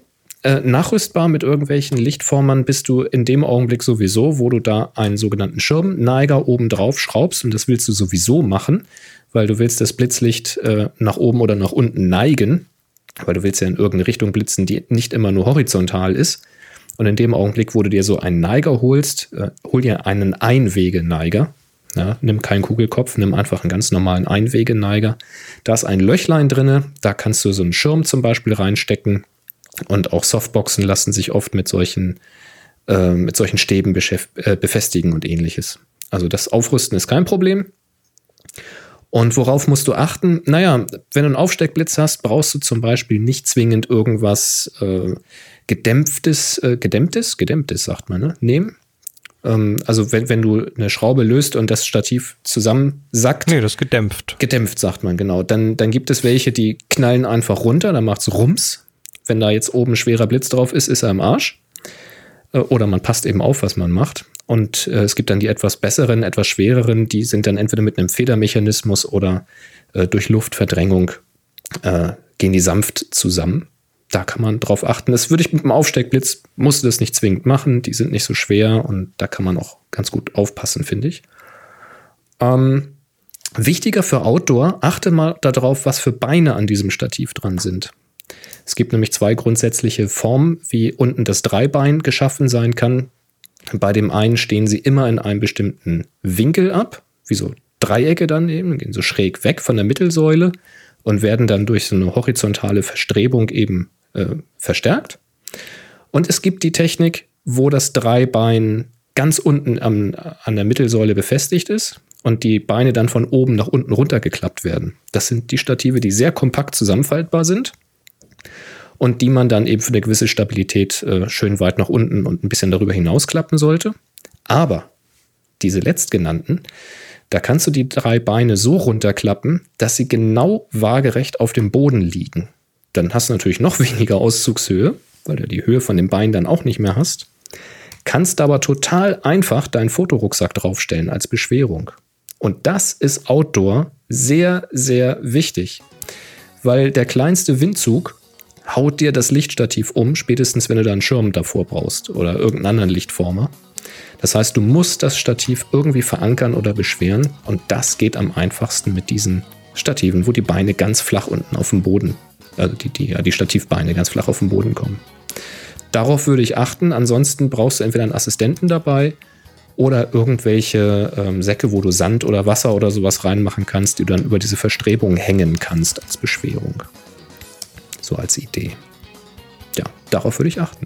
A: Äh, nachrüstbar mit irgendwelchen Lichtformern bist du in dem Augenblick sowieso, wo du da einen sogenannten Schirmneiger oben drauf schraubst, und das willst du sowieso machen, weil du willst das Blitzlicht äh, nach oben oder nach unten neigen, weil du willst ja in irgendeine Richtung blitzen, die nicht immer nur horizontal ist. Und in dem Augenblick, wo du dir so einen Neiger holst, äh, hol dir einen Einwegeneiger. Ja, nimm keinen Kugelkopf, nimm einfach einen ganz normalen Einwegeneiger. Da ist ein Löchlein drin, da kannst du so einen Schirm zum Beispiel reinstecken. Und auch Softboxen lassen sich oft mit solchen, äh, mit solchen Stäben äh, befestigen und ähnliches. Also das Aufrüsten ist kein Problem. Und worauf musst du achten? Naja, wenn du einen Aufsteckblitz hast, brauchst du zum Beispiel nicht zwingend irgendwas äh, gedämpftes, äh, gedämmtes, gedämmtes sagt man, ne? nehmen. Ähm, also wenn, wenn du eine Schraube löst und das Stativ zusammensackt.
B: Nee, das ist gedämpft.
A: Gedämpft, sagt man, genau. Dann, dann gibt es welche, die knallen einfach runter, dann macht's Rums. Wenn da jetzt oben schwerer Blitz drauf ist, ist er im Arsch. Oder man passt eben auf, was man macht. Und äh, es gibt dann die etwas besseren, etwas schwereren, die sind dann entweder mit einem Federmechanismus oder äh, durch Luftverdrängung äh, gehen die sanft zusammen. Da kann man drauf achten. Das würde ich mit dem Aufsteckblitz, musst du das nicht zwingend machen. Die sind nicht so schwer und da kann man auch ganz gut aufpassen, finde ich. Ähm, wichtiger für Outdoor, achte mal darauf, was für Beine an diesem Stativ dran sind. Es gibt nämlich zwei grundsätzliche Formen, wie unten das Dreibein geschaffen sein kann. Bei dem einen stehen sie immer in einem bestimmten Winkel ab, wie so Dreiecke dann eben, gehen so schräg weg von der Mittelsäule und werden dann durch so eine horizontale Verstrebung eben äh, verstärkt. Und es gibt die Technik, wo das Dreibein ganz unten am, an der Mittelsäule befestigt ist und die Beine dann von oben nach unten runtergeklappt werden. Das sind die Stative, die sehr kompakt zusammenfaltbar sind. Und die man dann eben für eine gewisse Stabilität äh, schön weit nach unten und ein bisschen darüber hinaus klappen sollte. Aber diese letztgenannten, da kannst du die drei Beine so runterklappen, dass sie genau waagerecht auf dem Boden liegen. Dann hast du natürlich noch weniger Auszugshöhe, weil du die Höhe von den Beinen dann auch nicht mehr hast. Kannst aber total einfach deinen Fotorucksack draufstellen als Beschwerung. Und das ist Outdoor sehr, sehr wichtig, weil der kleinste Windzug haut dir das Lichtstativ um, spätestens wenn du da einen Schirm davor brauchst oder irgendeinen anderen Lichtformer. Das heißt, du musst das Stativ irgendwie verankern oder beschweren und das geht am einfachsten mit diesen Stativen, wo die Beine ganz flach unten auf dem Boden, also die, die, ja, die Stativbeine ganz flach auf den Boden kommen. Darauf würde ich achten, ansonsten brauchst du entweder einen Assistenten dabei oder irgendwelche ähm, Säcke, wo du Sand oder Wasser oder sowas reinmachen kannst, die du dann über diese Verstrebung hängen kannst als Beschwerung. So als Idee. Ja, darauf würde ich achten.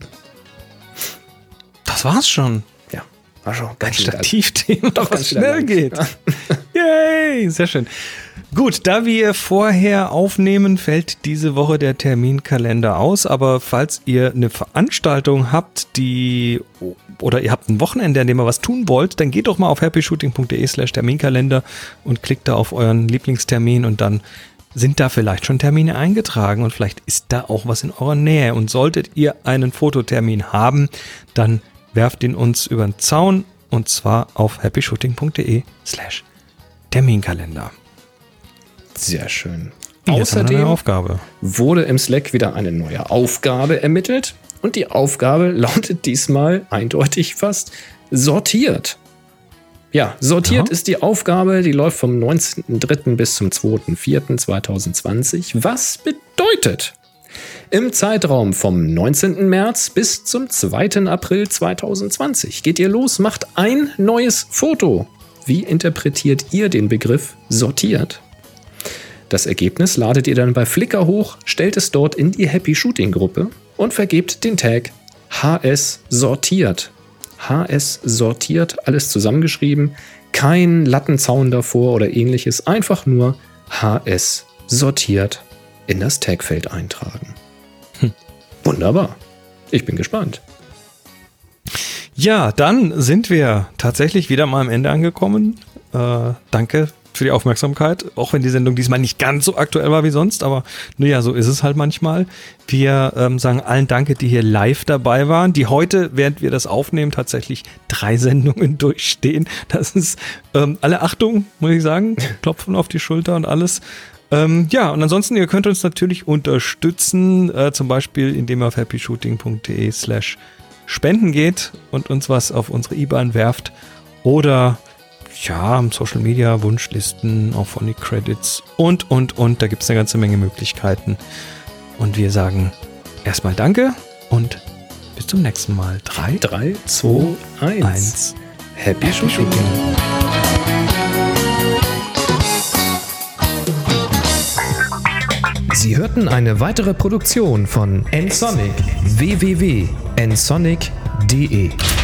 B: Das war's schon.
A: Ja, war schon ganz
B: Ein Stativthema,
A: Doch,
B: was schnell geht. Yay, sehr schön. Gut, da wir vorher aufnehmen, fällt diese Woche der Terminkalender aus. Aber falls ihr eine Veranstaltung habt, die oder ihr habt ein Wochenende, an dem ihr was tun wollt, dann geht doch mal auf happyshooting.de slash Terminkalender und klickt da auf euren Lieblingstermin und dann sind da vielleicht schon Termine eingetragen und vielleicht ist da auch was in eurer Nähe. Und solltet ihr einen Fototermin haben, dann werft ihn uns über den Zaun und zwar auf happyshooting.de slash Terminkalender.
A: Sehr schön.
B: Jetzt haben wir
A: Außerdem
B: eine Aufgabe.
A: wurde im Slack wieder eine neue Aufgabe ermittelt und die Aufgabe lautet diesmal eindeutig fast sortiert. Ja, sortiert
B: ja.
A: ist die Aufgabe, die läuft vom neunzehnten dritten bis zum zweiten vierten zweitausendzwanzig. Was bedeutet, im Zeitraum vom neunzehnten März bis zum zweiten April zweitausendzwanzig geht ihr los, macht ein neues Foto. Wie interpretiert ihr den Begriff sortiert? Das Ergebnis ladet ihr dann bei Flickr hoch, stellt es dort in die Happy Shooting Gruppe und vergebt den Tag H S sortiert. H S sortiert, alles zusammengeschrieben, kein Lattenzaun davor oder ähnliches, einfach nur H S sortiert in das Tagfeld eintragen. Hm. Wunderbar. Ich bin gespannt.
B: Ja, dann sind wir tatsächlich wieder mal am Ende angekommen. Äh, danke für die Aufmerksamkeit, auch wenn die Sendung diesmal nicht ganz so aktuell war wie sonst, aber naja, so ist es halt manchmal. Wir ähm, sagen allen Danke, die hier live dabei waren, die heute, während wir das aufnehmen, tatsächlich drei Sendungen durchstehen. Das ist ähm, alle Achtung, muss ich sagen, Klopfen auf die Schulter und alles. Ähm, ja, und ansonsten, ihr könnt uns natürlich unterstützen, äh, zum Beispiel, indem ihr auf happyshooting.de slash spenden geht und uns was auf unsere I B A N werft oder ja, Social Media, Wunschlisten, auch von die Credits und, und, und. Da gibt es eine ganze Menge Möglichkeiten. Und wir sagen erstmal Danke und bis zum nächsten Mal. drei,
A: drei, zwei, eins. Happy Shooting. Sie hörten eine weitere Produktion von nsonic. w w w punkt nsonic punkt de